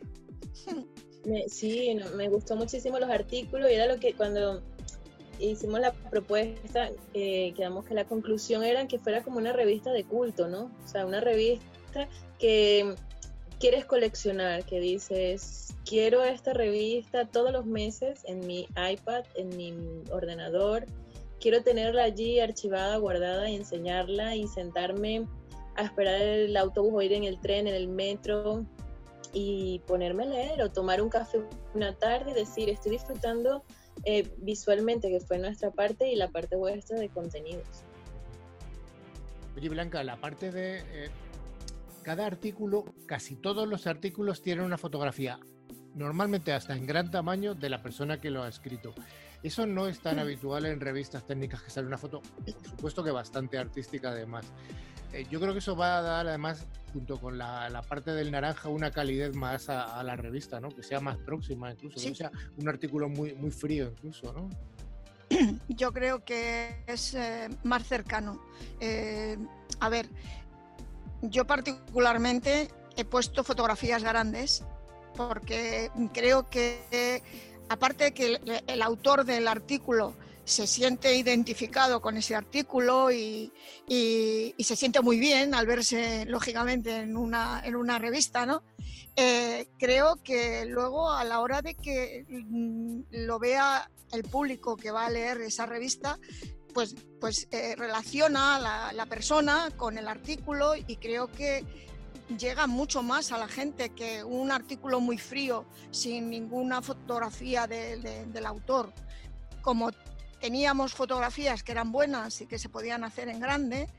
Sí, me gustó muchísimo los artículos, y era lo que cuando hicimos la propuesta, quedamos que la conclusión era que fuera como una revista de culto, ¿no? O sea, una revista que quieres coleccionar, que dices, quiero esta revista todos los meses en mi iPad, en mi ordenador, quiero tenerla allí archivada, guardada, y enseñarla y sentarme a esperar el autobús o ir en el tren, en el metro, y ponerme a leer o tomar un café una tarde y decir, estoy disfrutando visualmente, que fue nuestra parte, y la parte vuestra de contenidos. Oye, Blanca, la parte de... cada artículo, casi todos los artículos tienen una fotografía normalmente hasta en gran tamaño, de la persona que lo ha escrito. Eso no es tan habitual en revistas técnicas, que sale una foto, por supuesto que bastante artística además. Yo creo que eso va a dar además, junto con la parte del naranja, una calidez más a la revista, ¿no? Que sea más próxima incluso, Sí. que sea un artículo muy, muy frío incluso, ¿no? Yo creo que es más cercano. A ver, yo particularmente he puesto fotografías grandes porque creo que, aparte de que el autor del artículo se siente identificado con ese artículo y se siente muy bien al verse, lógicamente, en una revista, ¿no? Creo que luego, a la hora de que lo vea el público que va a leer esa revista, pues relaciona la persona con el artículo, y creo que llega mucho más a la gente que un artículo muy frío, sin ninguna fotografía del autor. Como teníamos fotografías que eran buenas y que se podían hacer en grande,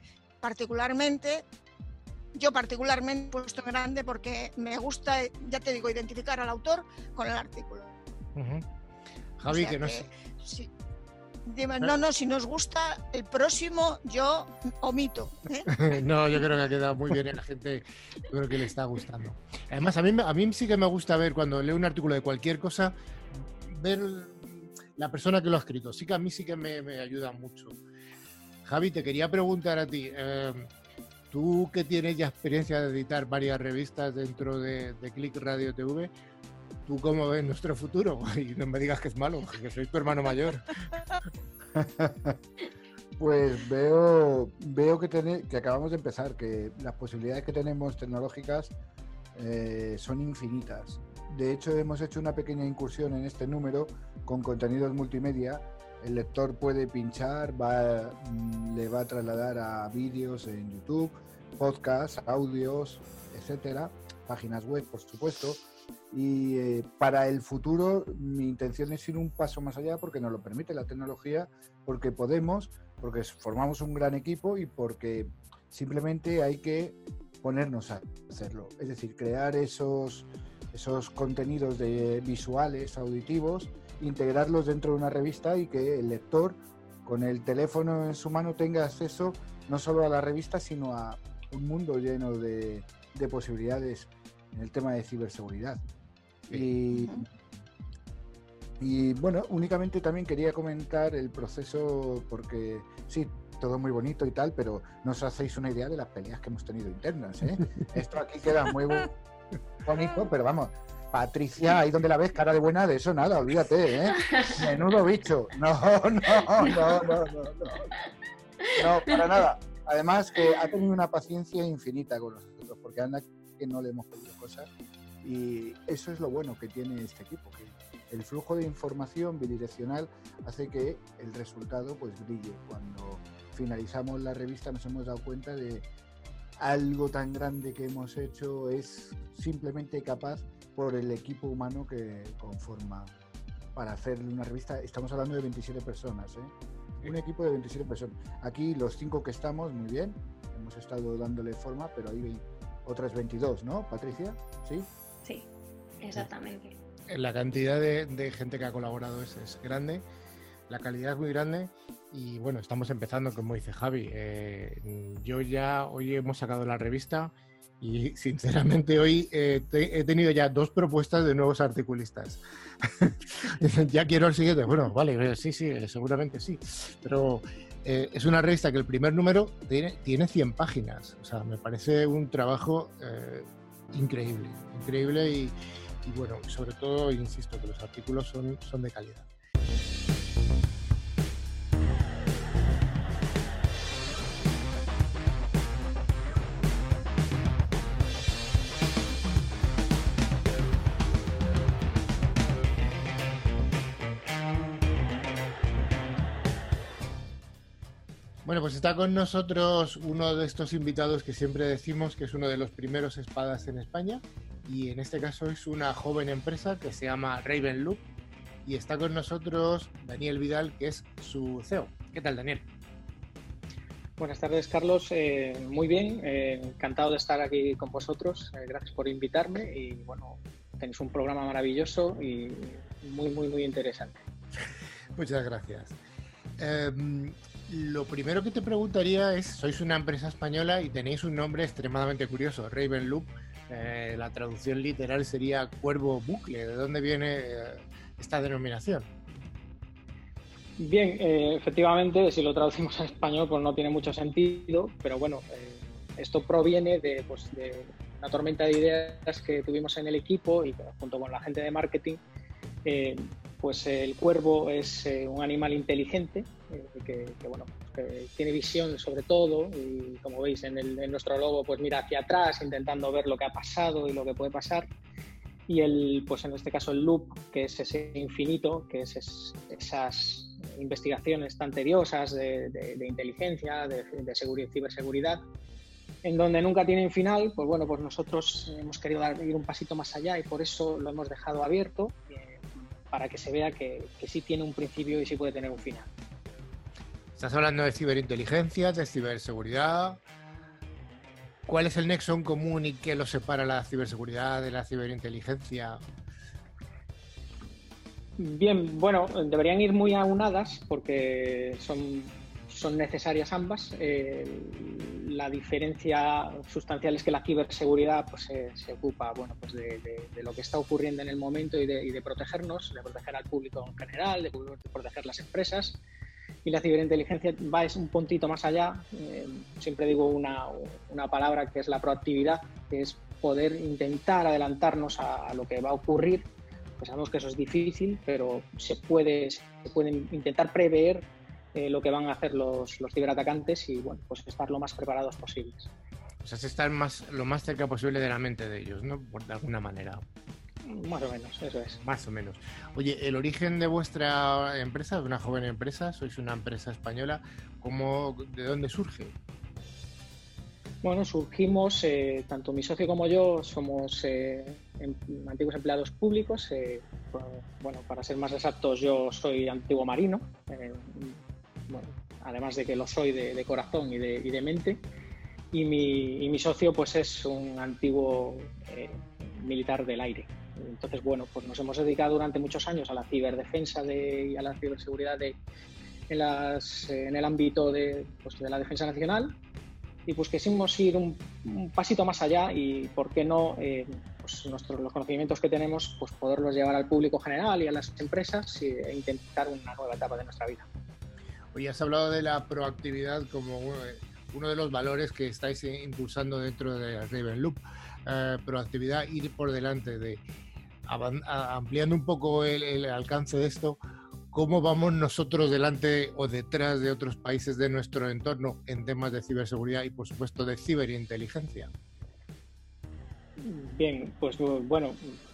yo particularmente he puesto en grande porque me gusta, ya te digo, identificar al autor con el artículo. Uh-huh. Javi, O sea que no sé. Sí. No, si nos gusta el próximo, yo omito. No, yo creo que ha quedado muy bien y a la gente, yo creo que le está gustando. Además, a mí sí que me gusta ver, cuando leo un artículo de cualquier cosa, ver la persona que lo ha escrito. Sí que a mí sí que me ayuda mucho. Javi, te quería preguntar a ti, tú que tienes ya experiencia de editar varias revistas dentro de Click Radio TV, ¿tú cómo ves nuestro futuro? Y no me digas que es malo, que soy tu hermano mayor. Pues veo que acabamos de empezar, que las posibilidades que tenemos tecnológicas son infinitas. De hecho, hemos hecho una pequeña incursión en este número con contenidos multimedia. El lector puede pinchar, le va a trasladar a vídeos en YouTube, podcasts, audios, etcétera, páginas web, por supuesto. Y para el futuro mi intención es ir un paso más allá, porque nos lo permite la tecnología, porque podemos, porque formamos un gran equipo y porque simplemente hay que ponernos a hacerlo. Es decir, crear esos contenidos visuales, auditivos, integrarlos dentro de una revista y que el lector, con el teléfono en su mano, tenga acceso no solo a la revista, sino a un mundo lleno de posibilidades en el tema de ciberseguridad. Y bueno, únicamente también quería comentar el proceso, porque sí, todo muy bonito y tal, pero no os hacéis una idea de las peleas que hemos tenido internas, ¿eh? Esto aquí queda muy bonito, pero vamos, Patricia, ahí donde la ves, cara de buena, de eso nada, olvídate, ¿eh? Menudo bicho. No, para nada. Además que ha tenido una paciencia infinita con nosotros, porque anda que no le hemos pedido cosas, y eso es lo bueno que tiene este equipo, que el flujo de información bidireccional hace que el resultado pues brille. Cuando finalizamos la revista nos hemos dado cuenta de algo tan grande que hemos hecho es simplemente capaz por el equipo humano que conforma para hacer una revista. Estamos hablando de 27 personas, ¿eh? Un equipo de 27 personas. Aquí los 5 que estamos, muy bien, hemos estado dándole forma, pero hay otras 22, ¿no, Patricia? ¿Sí? Sí, exactamente. La cantidad de gente que ha colaborado es grande, la calidad es muy grande y bueno, estamos empezando, como dice Javi. Hoy hemos sacado la revista y sinceramente hoy he tenido ya 2 propuestas de nuevos articulistas. Ya quiero el siguiente. Bueno, vale, sí, seguramente sí, pero es una revista que el primer número tiene 100 páginas. O sea, me parece un trabajo increíble y bueno, sobre todo, insisto, que los artículos son de calidad. Bueno, pues está con nosotros uno de estos invitados que siempre decimos que es uno de los primeros espadas en España, y en este caso es una joven empresa que se llama Ravenloop, y está con nosotros Daniel Vidal, que es su CEO. ¿Qué tal, Daniel? Buenas tardes, Carlos. Muy bien, encantado de estar aquí con vosotros. Gracias por invitarme y bueno, tenéis un programa maravilloso y muy, muy, muy interesante. Muchas gracias. Lo primero que te preguntaría es, sois una empresa española y tenéis un nombre extremadamente curioso, Ravenloop. La traducción literal sería cuervo bucle. ¿De dónde viene esta denominación? Bien, efectivamente, si lo traducimos en español, pues no tiene mucho sentido, pero bueno, esto proviene de una tormenta de ideas que tuvimos en el equipo y junto con la gente de marketing. Pues el cuervo es un animal inteligente que tiene visión sobre todo, y como veis en nuestro logo, pues mira hacia atrás intentando ver lo que ha pasado y lo que puede pasar. Y pues en este caso el loop, que es ese infinito, que es esas investigaciones tan tediosas de inteligencia, de ciberseguridad, en donde nunca tienen final. Pues bueno, pues nosotros hemos querido ir un pasito más allá y por eso lo hemos dejado abierto, para que se vea que sí tiene un principio y sí puede tener un final. Estás hablando de ciberinteligencia, de ciberseguridad. ¿Cuál es el nexo en común y qué lo separa la ciberseguridad de la ciberinteligencia? Bien, bueno, deberían ir muy aunadas porque son necesarias ambas. La diferencia sustancial es que la ciberseguridad pues, se ocupa pues de lo que está ocurriendo en el momento y de protegernos, de proteger al público en general, de proteger las empresas. Y la ciberinteligencia va un puntito más allá. Siempre digo una palabra que es la proactividad, que es poder intentar adelantarnos a lo que va a ocurrir. Pues sabemos que eso es difícil, pero se pueden intentar prever lo que van a hacer los ciberatacantes y bueno, pues estar lo más preparados posibles. O sea, estar lo más cerca posible de la mente de ellos, ¿no? De alguna manera. Más o menos, eso es. Más o menos. Oye, el origen de vuestra empresa, de una joven empresa, sois una empresa española, ¿de dónde surge? Bueno, surgimos, tanto mi socio como yo somos antiguos empleados públicos. Bueno, para ser más exactos, yo soy antiguo marino, bueno, además de que lo soy de corazón y de mente. Y mi socio pues es un antiguo militar del aire. Entonces, bueno, pues nos hemos dedicado durante muchos años a la ciberdefensa y a la ciberseguridad en el ámbito de la defensa nacional, y pues quisimos ir un pasito más allá y, ¿por qué no, pues los conocimientos que tenemos, pues poderlos llevar al público general y a las empresas e intentar una nueva etapa de nuestra vida? Oye, has hablado de la proactividad como uno de los valores que estáis impulsando dentro de Ravenloop. Proactividad, ir por delante, ampliando un poco el alcance de esto. ¿Cómo vamos nosotros delante o detrás de otros países de nuestro entorno en temas de ciberseguridad y, por supuesto, de ciberinteligencia? Bien, pues bueno,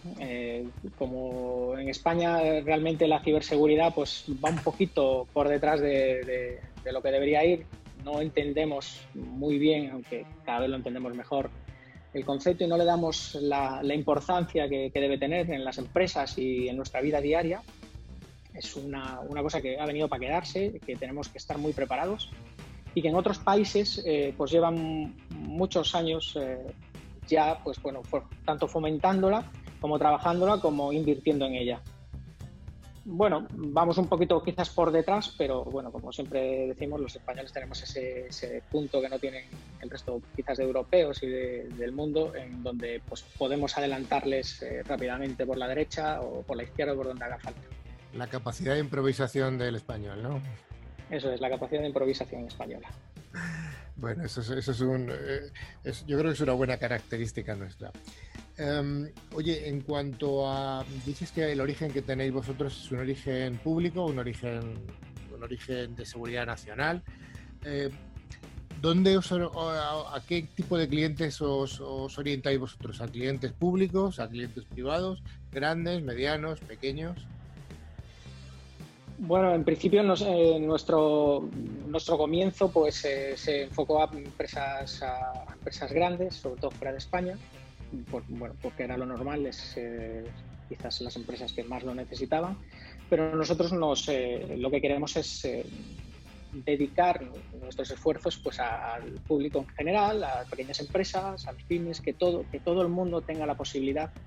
como en España realmente la ciberseguridad pues va un poquito por detrás de lo que debería ir. No entendemos muy bien, aunque cada vez lo entendemos mejor, el concepto, y no le damos la importancia que debe tener en las empresas y en nuestra vida diaria. Es una cosa que ha venido para quedarse, que tenemos que estar muy preparados y que en otros países pues llevan muchos años ya, pues bueno, tanto fomentándola como trabajándola como invirtiendo en ella. Bueno, vamos un poquito quizás por detrás, pero bueno, como siempre decimos, los españoles tenemos ese punto que no tienen el resto quizás de europeos y del mundo, en donde pues podemos adelantarles rápidamente por la derecha o por la izquierda o por donde haga falta. La capacidad de improvisación del español, ¿no? Eso es, la capacidad de improvisación española. Bueno, yo creo que es una buena característica nuestra. Oye, en cuanto a... Dices que el origen que tenéis vosotros es un origen público, un origen de seguridad nacional. ¿A qué tipo de clientes os orientáis vosotros? ¿A clientes públicos, a clientes privados, grandes, medianos, pequeños? Bueno, en principio nuestro comienzo pues se enfocó a empresas grandes, sobre todo fuera de España, porque era lo normal, quizás las empresas que más lo necesitaban, pero nosotros lo que queremos es dedicar nuestros esfuerzos pues al público en general, a pequeñas empresas, a las pymes, que todo el mundo tenga la posibilidad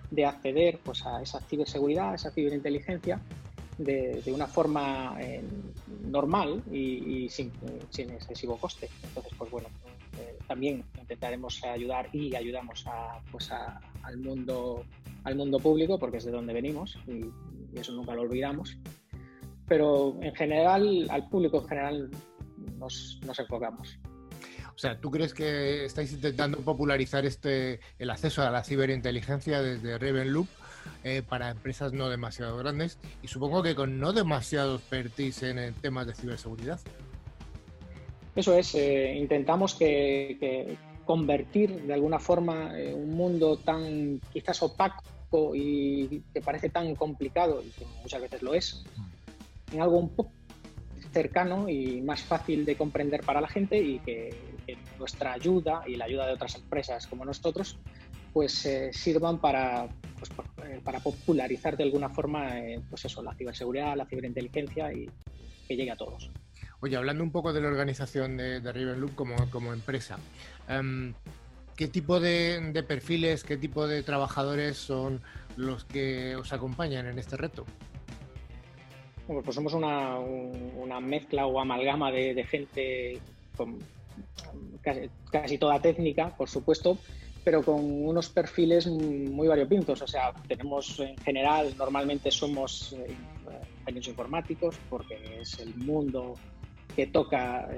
de acceder pues, a esa ciberseguridad, a esa ciberinteligencia, de una forma normal y sin excesivo coste. Entonces, pues bueno, también intentaremos ayudar y ayudamos al mundo público, porque es de donde venimos y eso nunca lo olvidamos. Pero en general, al público en general nos enfocamos. O sea, ¿tú crees que estáis intentando popularizar el acceso a la ciberinteligencia desde Ravenloop para empresas no demasiado grandes y supongo que con no demasiado expertise en temas de ciberseguridad? Eso es, intentamos que convertir de alguna forma un mundo tan quizás opaco y que parece tan complicado, y que muchas veces lo es, en algo un poco cercano y más fácil de comprender para la gente, y que nuestra ayuda y la ayuda de otras empresas como nosotros pues sirvan para popularizar de alguna forma pues eso, la ciberseguridad, la ciberinteligencia, y que llegue a todos. Oye, hablando un poco de la organización de Ravenloop como empresa, ¿qué tipo de perfiles, qué tipo de trabajadores son los que os acompañan en este reto? Bueno, pues somos una mezcla o amalgama de gente con casi toda técnica, por supuesto, pero con unos perfiles muy variopintos. O sea, tenemos en general, normalmente somos ingenieros informáticos, porque es el mundo que toca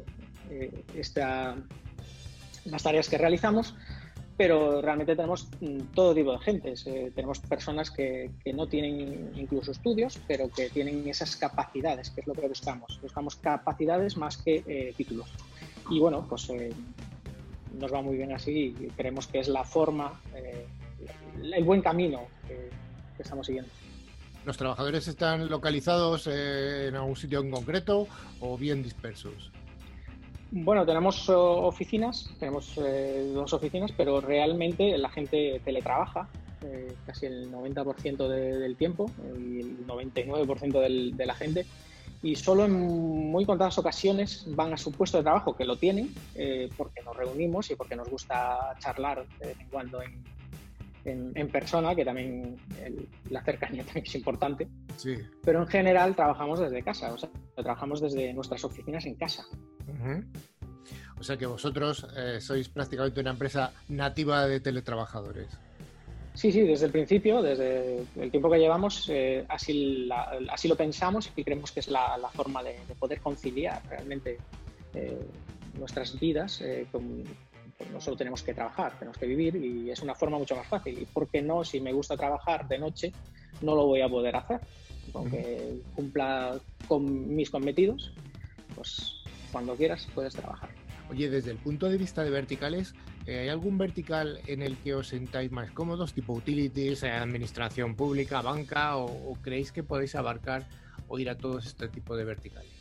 las tareas que realizamos, pero realmente tenemos todo tipo de gentes. Tenemos personas que no tienen incluso estudios, pero que tienen esas capacidades, que es lo que buscamos. Buscamos capacidades más que títulos. Y bueno, pues nos va muy bien así y creemos que es la forma, el buen camino que estamos siguiendo. ¿Los trabajadores están localizados en algún sitio en concreto o bien dispersos? Bueno, tenemos oficinas, tenemos 2 oficinas, pero realmente la gente teletrabaja casi el 90% del tiempo y el 99% de la gente, y solo en muy contadas ocasiones van a su puesto de trabajo, que lo tienen, porque nos reunimos y porque nos gusta charlar de vez en cuando en persona, que también la cercanía también es importante. Sí. Pero en general trabajamos desde casa, o sea, trabajamos desde nuestras oficinas en casa. Uh-huh. O sea que vosotros sois prácticamente una empresa nativa de teletrabajadores. Sí, desde el principio, desde el tiempo que llevamos, así lo pensamos y creemos que es la forma de poder conciliar realmente nuestras vidas. No solo tenemos que trabajar, tenemos que vivir, y es una forma mucho más fácil. Y por qué no, si me gusta trabajar de noche, no lo voy a poder hacer. Aunque cumpla con mis cometidos, pues cuando quieras puedes trabajar. Oye, desde el punto de vista de verticales, ¿hay algún vertical en el que os sentáis más cómodos, tipo utilities, administración pública, banca, o creéis que podéis abarcar o ir a todos este tipo de verticales?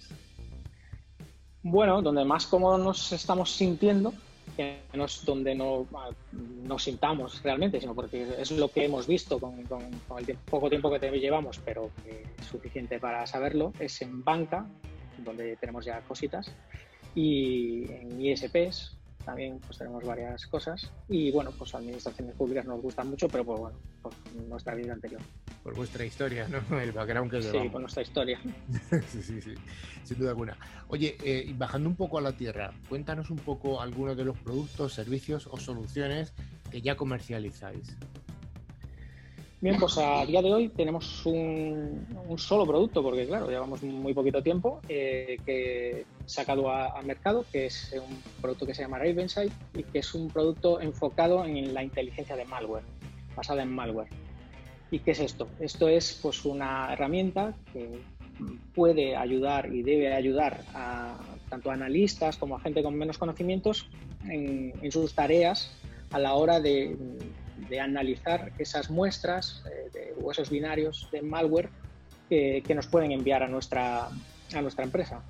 Bueno, donde más cómodos nos estamos sintiendo, que no es donde no nos sintamos realmente, sino porque es lo que hemos visto con el poco tiempo que llevamos, pero que es suficiente para saberlo, es en banca, donde tenemos ya cositas, y en ISPs también pues tenemos varias cosas, y bueno, pues administraciones públicas nos gustan mucho, pero pues bueno, por nuestra vida anterior. Por vuestra historia, ¿no? El background que llevamos. Sí, por nuestra historia. sí, sin duda alguna. Oye, bajando un poco a la tierra, cuéntanos un poco algunos de los productos, servicios o soluciones que ya comercializáis. Bien, pues a día de hoy tenemos un solo producto, porque claro, llevamos muy poquito tiempo, que sacado al mercado, que es un producto que se llama Ravensight, y que es un producto enfocado en la inteligencia de malware, basada en malware. ¿Y qué es esto? Esto es pues una herramienta que puede ayudar y debe ayudar a tanto a analistas como a gente con menos conocimientos en sus tareas a la hora de analizar esas muestras o esos binarios de malware que nos pueden enviar a nuestra empresa.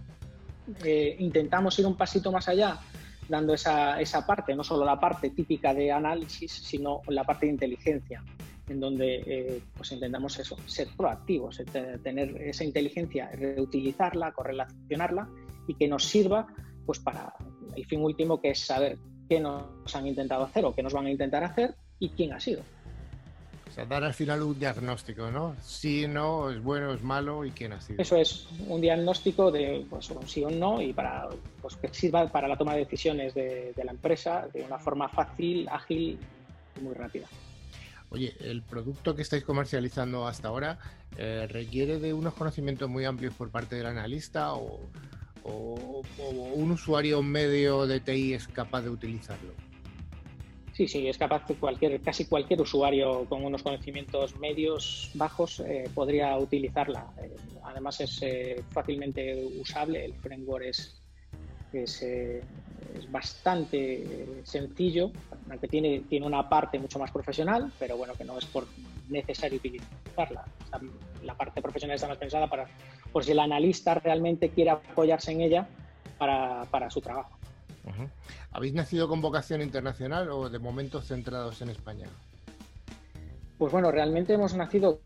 Intentamos ir un pasito más allá, dando esa parte, no solo la parte típica de análisis, sino la parte de inteligencia, en donde pues intentamos eso, ser proactivos, tener esa inteligencia, reutilizarla, correlacionarla, y que nos sirva pues para el fin último, que es saber qué nos han intentado hacer o qué nos van a intentar hacer y quién ha sido. sea, dar al final un diagnóstico, ¿no? Sí, no, es bueno, es malo y quién ha sido. Eso es, un diagnóstico de pues, un sí o un no y para pues, que sirva para la toma de decisiones de la empresa de una forma fácil, ágil y muy rápida. Oye, ¿el producto que estáis comercializando hasta ahora requiere de unos conocimientos muy amplios por parte del analista o un usuario medio de TI es capaz de utilizarlo? Sí, es capaz de casi cualquier usuario con unos conocimientos medios, bajos, podría utilizarla. Además es fácilmente usable, el framework es bastante sencillo, aunque tiene una parte mucho más profesional, pero bueno, que no es por necesario utilizarla. O sea, la parte profesional está más pensada por si el analista realmente quiere apoyarse en ella para su trabajo. Uh-huh. ¿Habéis nacido con vocación internacional o de momento centrados en España? Pues bueno, realmente hemos nacido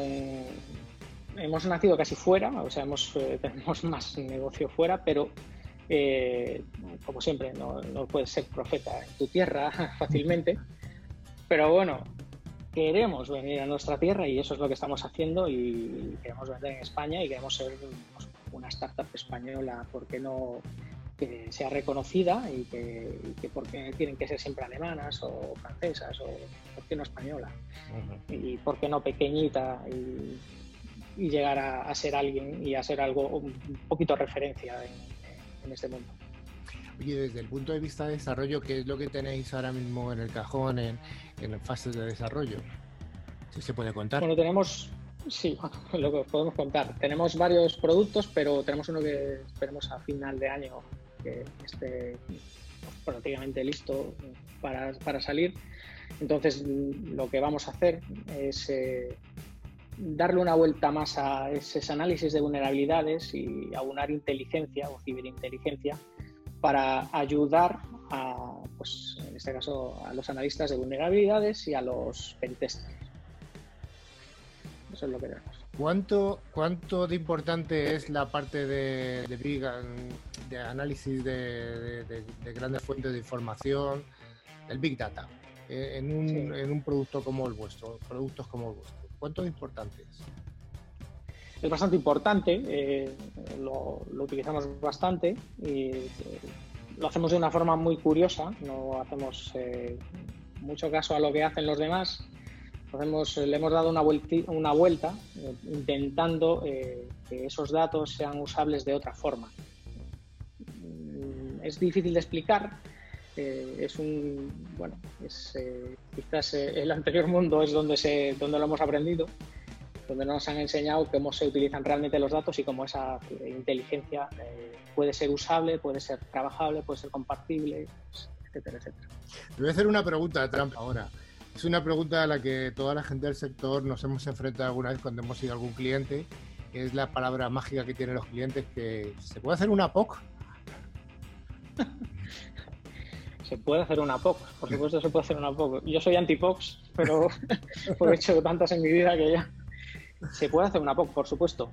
casi fuera, o sea, tenemos más negocio fuera, pero como siempre, no puedes ser profeta en tu tierra fácilmente, pero bueno, queremos venir a nuestra tierra y eso es lo que estamos haciendo y queremos vender en España y queremos ser una startup española, ¿por qué no? Que sea reconocida y que porque tienen que ser siempre alemanas o francesas o por qué no española. Uh-huh. Y por qué no pequeñita y llegar a ser alguien y a ser algo un poquito referencia en este mundo. Oye, desde el punto de vista de desarrollo, ¿qué es lo que tenéis ahora mismo en el cajón en fases de desarrollo? ¿Sí se puede contar? Bueno, sí, lo que podemos contar. Tenemos varios productos, pero tenemos uno que esperemos a final de año que esté prácticamente listo para salir. Entonces, lo que vamos a hacer es darle una vuelta más a esos análisis de vulnerabilidades y aunar inteligencia o ciberinteligencia para ayudar pues, en este caso, a los analistas de vulnerabilidades y a los pentesters. Eso es lo que tenemos. ¿Cuánto de importante es la parte de análisis de grandes fuentes de información, del Big Data, en un producto como el vuestro, productos como el vuestro? ¿Cuánto de importante es? Es bastante importante, lo utilizamos bastante y lo hacemos de una forma muy curiosa, no hacemos mucho caso a lo que hacen los demás. Le hemos dado una vuelta intentando que esos datos sean usables de otra forma. Es difícil de explicar, quizás el anterior mundo es donde lo hemos aprendido, donde nos han enseñado cómo se utilizan realmente los datos y cómo esa inteligencia puede ser usable, puede ser trabajable, puede ser compartible, etcétera, etcétera. Te voy a hacer una pregunta, Trump, ahora. Es una pregunta a la que toda la gente del sector nos hemos enfrentado alguna vez cuando hemos ido a algún cliente. Es la palabra mágica que tienen los clientes, que ¿se puede hacer una POC? Se puede hacer una POC, por supuesto se puede hacer una POC. Yo soy anti-POCs, pero he hecho tantas en mi vida que ya... Se puede hacer una POC, por supuesto.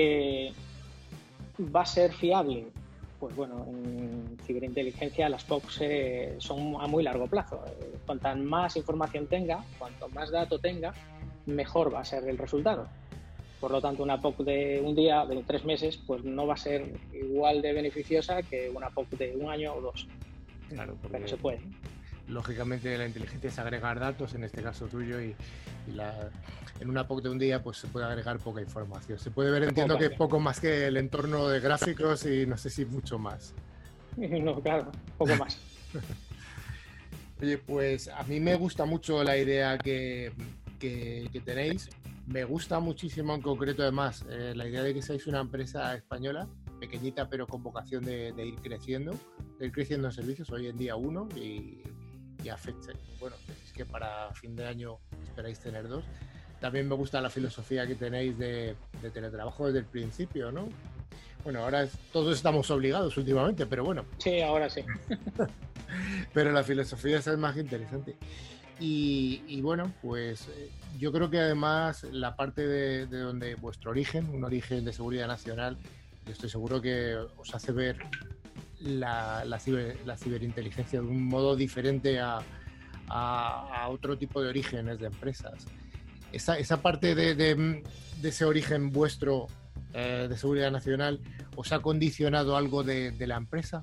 ¿Va a ser fiable? Pues bueno, en ciberinteligencia las POCs son a muy largo plazo. Cuanta más información tenga, cuanto más dato tenga, mejor va a ser el resultado. Por lo tanto, una POC de un día, de 3 meses, pues no va a ser igual de beneficiosa que una POC de 1 año o 2. Claro, porque pero se puede. Lógicamente la inteligencia es agregar datos, en este caso tuyo, y en una POC de un día pues se puede agregar poca información. Se puede ver, entiendo que poco más que el entorno de gráficos y no sé si mucho más. No, claro, poco más. Oye, pues a mí me gusta mucho la idea que tenéis. Me gusta muchísimo en concreto, además, la idea de que seáis una empresa española, pequeñita pero con vocación de ir creciendo en servicios. Hoy en día 1 y a fecha, bueno, es que para fin de año esperáis tener 2. También me gusta la filosofía que tenéis de teletrabajo desde el principio, ¿no? Bueno, ahora todos estamos obligados últimamente, pero bueno. Sí, ahora sí. Pero la filosofía esa es más interesante. Y bueno, pues yo creo que además la parte de donde vuestro origen, un origen de seguridad nacional, yo estoy seguro que os hace ver la ciberinteligencia de un modo diferente a otro tipo de orígenes de empresas. esa parte de ese origen vuestro de seguridad nacional, ¿os ha condicionado algo de la empresa?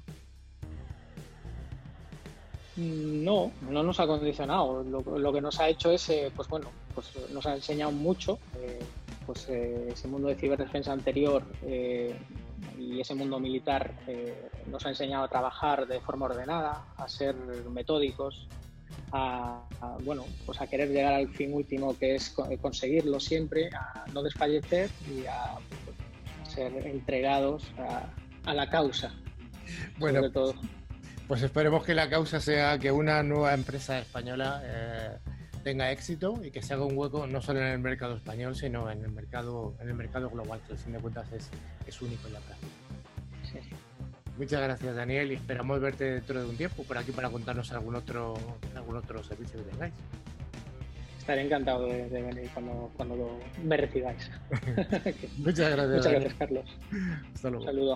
No nos ha condicionado. Lo que nos ha hecho es, pues nos ha enseñado mucho. Ese mundo de ciberdefensa anterior y ese mundo militar nos ha enseñado a trabajar de forma ordenada, a ser metódicos, a querer llegar al fin último, que es conseguirlo siempre, a no desfallecer y a ser entregados a la causa. Bueno, sobre todo. Pues esperemos que la causa sea que una nueva empresa española tenga éxito y que se haga un hueco no solo en el mercado español, sino en el mercado global, que al fin de cuentas es único en la práctica. Sí. Muchas gracias, Daniel, y esperamos verte dentro de un tiempo por aquí para contarnos algún otro servicio que tengáis. Estaré encantado de venir cuando me recibáis. Muchas gracias. Muchas gracias, Carlos. Hasta luego. Un saludo.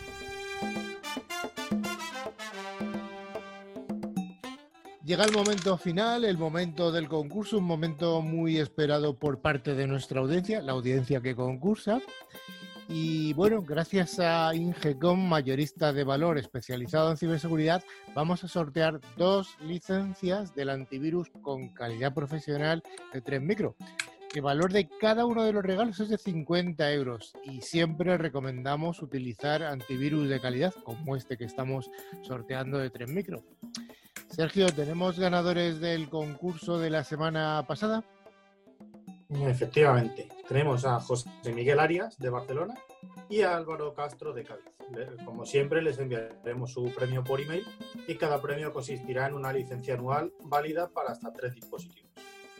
Llega el momento final, el momento del concurso, un momento muy esperado por parte de nuestra audiencia, la audiencia que concursa. Y bueno, gracias a Ingecom, mayorista de valor especializado en ciberseguridad, vamos a sortear 2 licencias del antivirus con calidad profesional de 3 Micro. El valor de cada uno de los regalos es de 50 euros y siempre recomendamos utilizar antivirus de calidad como este que estamos sorteando de 3 Micro. Sergio, ¿tenemos ganadores del concurso de la semana pasada? Efectivamente, tenemos a José Miguel Arias de Barcelona y a Álvaro Castro de Cádiz. Como siempre, les enviaremos su premio por email y cada premio consistirá en una licencia anual válida para hasta 3 dispositivos.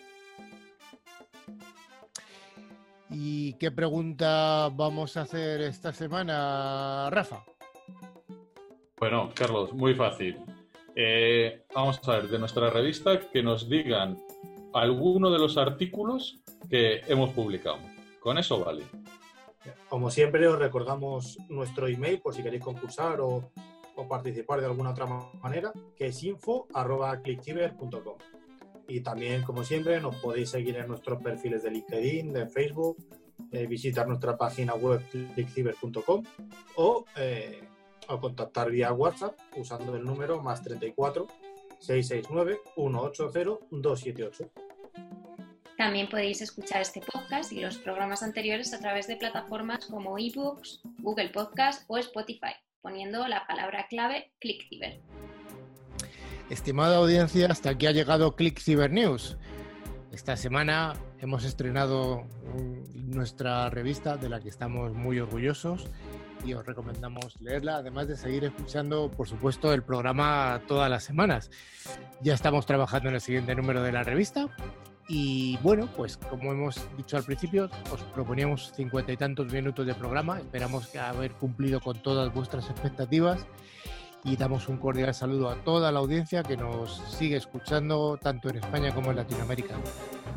¿Y qué pregunta vamos a hacer esta semana, Rafa? Bueno, Carlos, muy fácil. Vamos a ver, de nuestra revista, que nos digan alguno de los artículos que hemos publicado. Con eso vale. Como siempre, os recordamos nuestro email por si queréis concursar o participar de alguna otra manera, que es info@clickciber.com. Y también, como siempre, nos podéis seguir en nuestros perfiles de LinkedIn, de Facebook, visitar nuestra página web clickciber.com o contactar vía WhatsApp usando el número +34 669 180 278. También podéis escuchar este podcast y los programas anteriores a través de plataformas como eBooks, Google Podcast o Spotify, poniendo la palabra clave ClickCiber. Estimada audiencia, hasta aquí ha llegado ClickCiber News. Esta semana hemos estrenado nuestra revista de la que estamos muy orgullosos y os recomendamos leerla, además de seguir escuchando, por supuesto, el programa todas las semanas. Ya estamos trabajando en el siguiente número de la revista y bueno, pues como hemos dicho al principio, os proponíamos 50 y tantos minutos de programa. Esperamos haber cumplido con todas vuestras expectativas y damos un cordial saludo a toda la audiencia que nos sigue escuchando tanto en España como en Latinoamérica.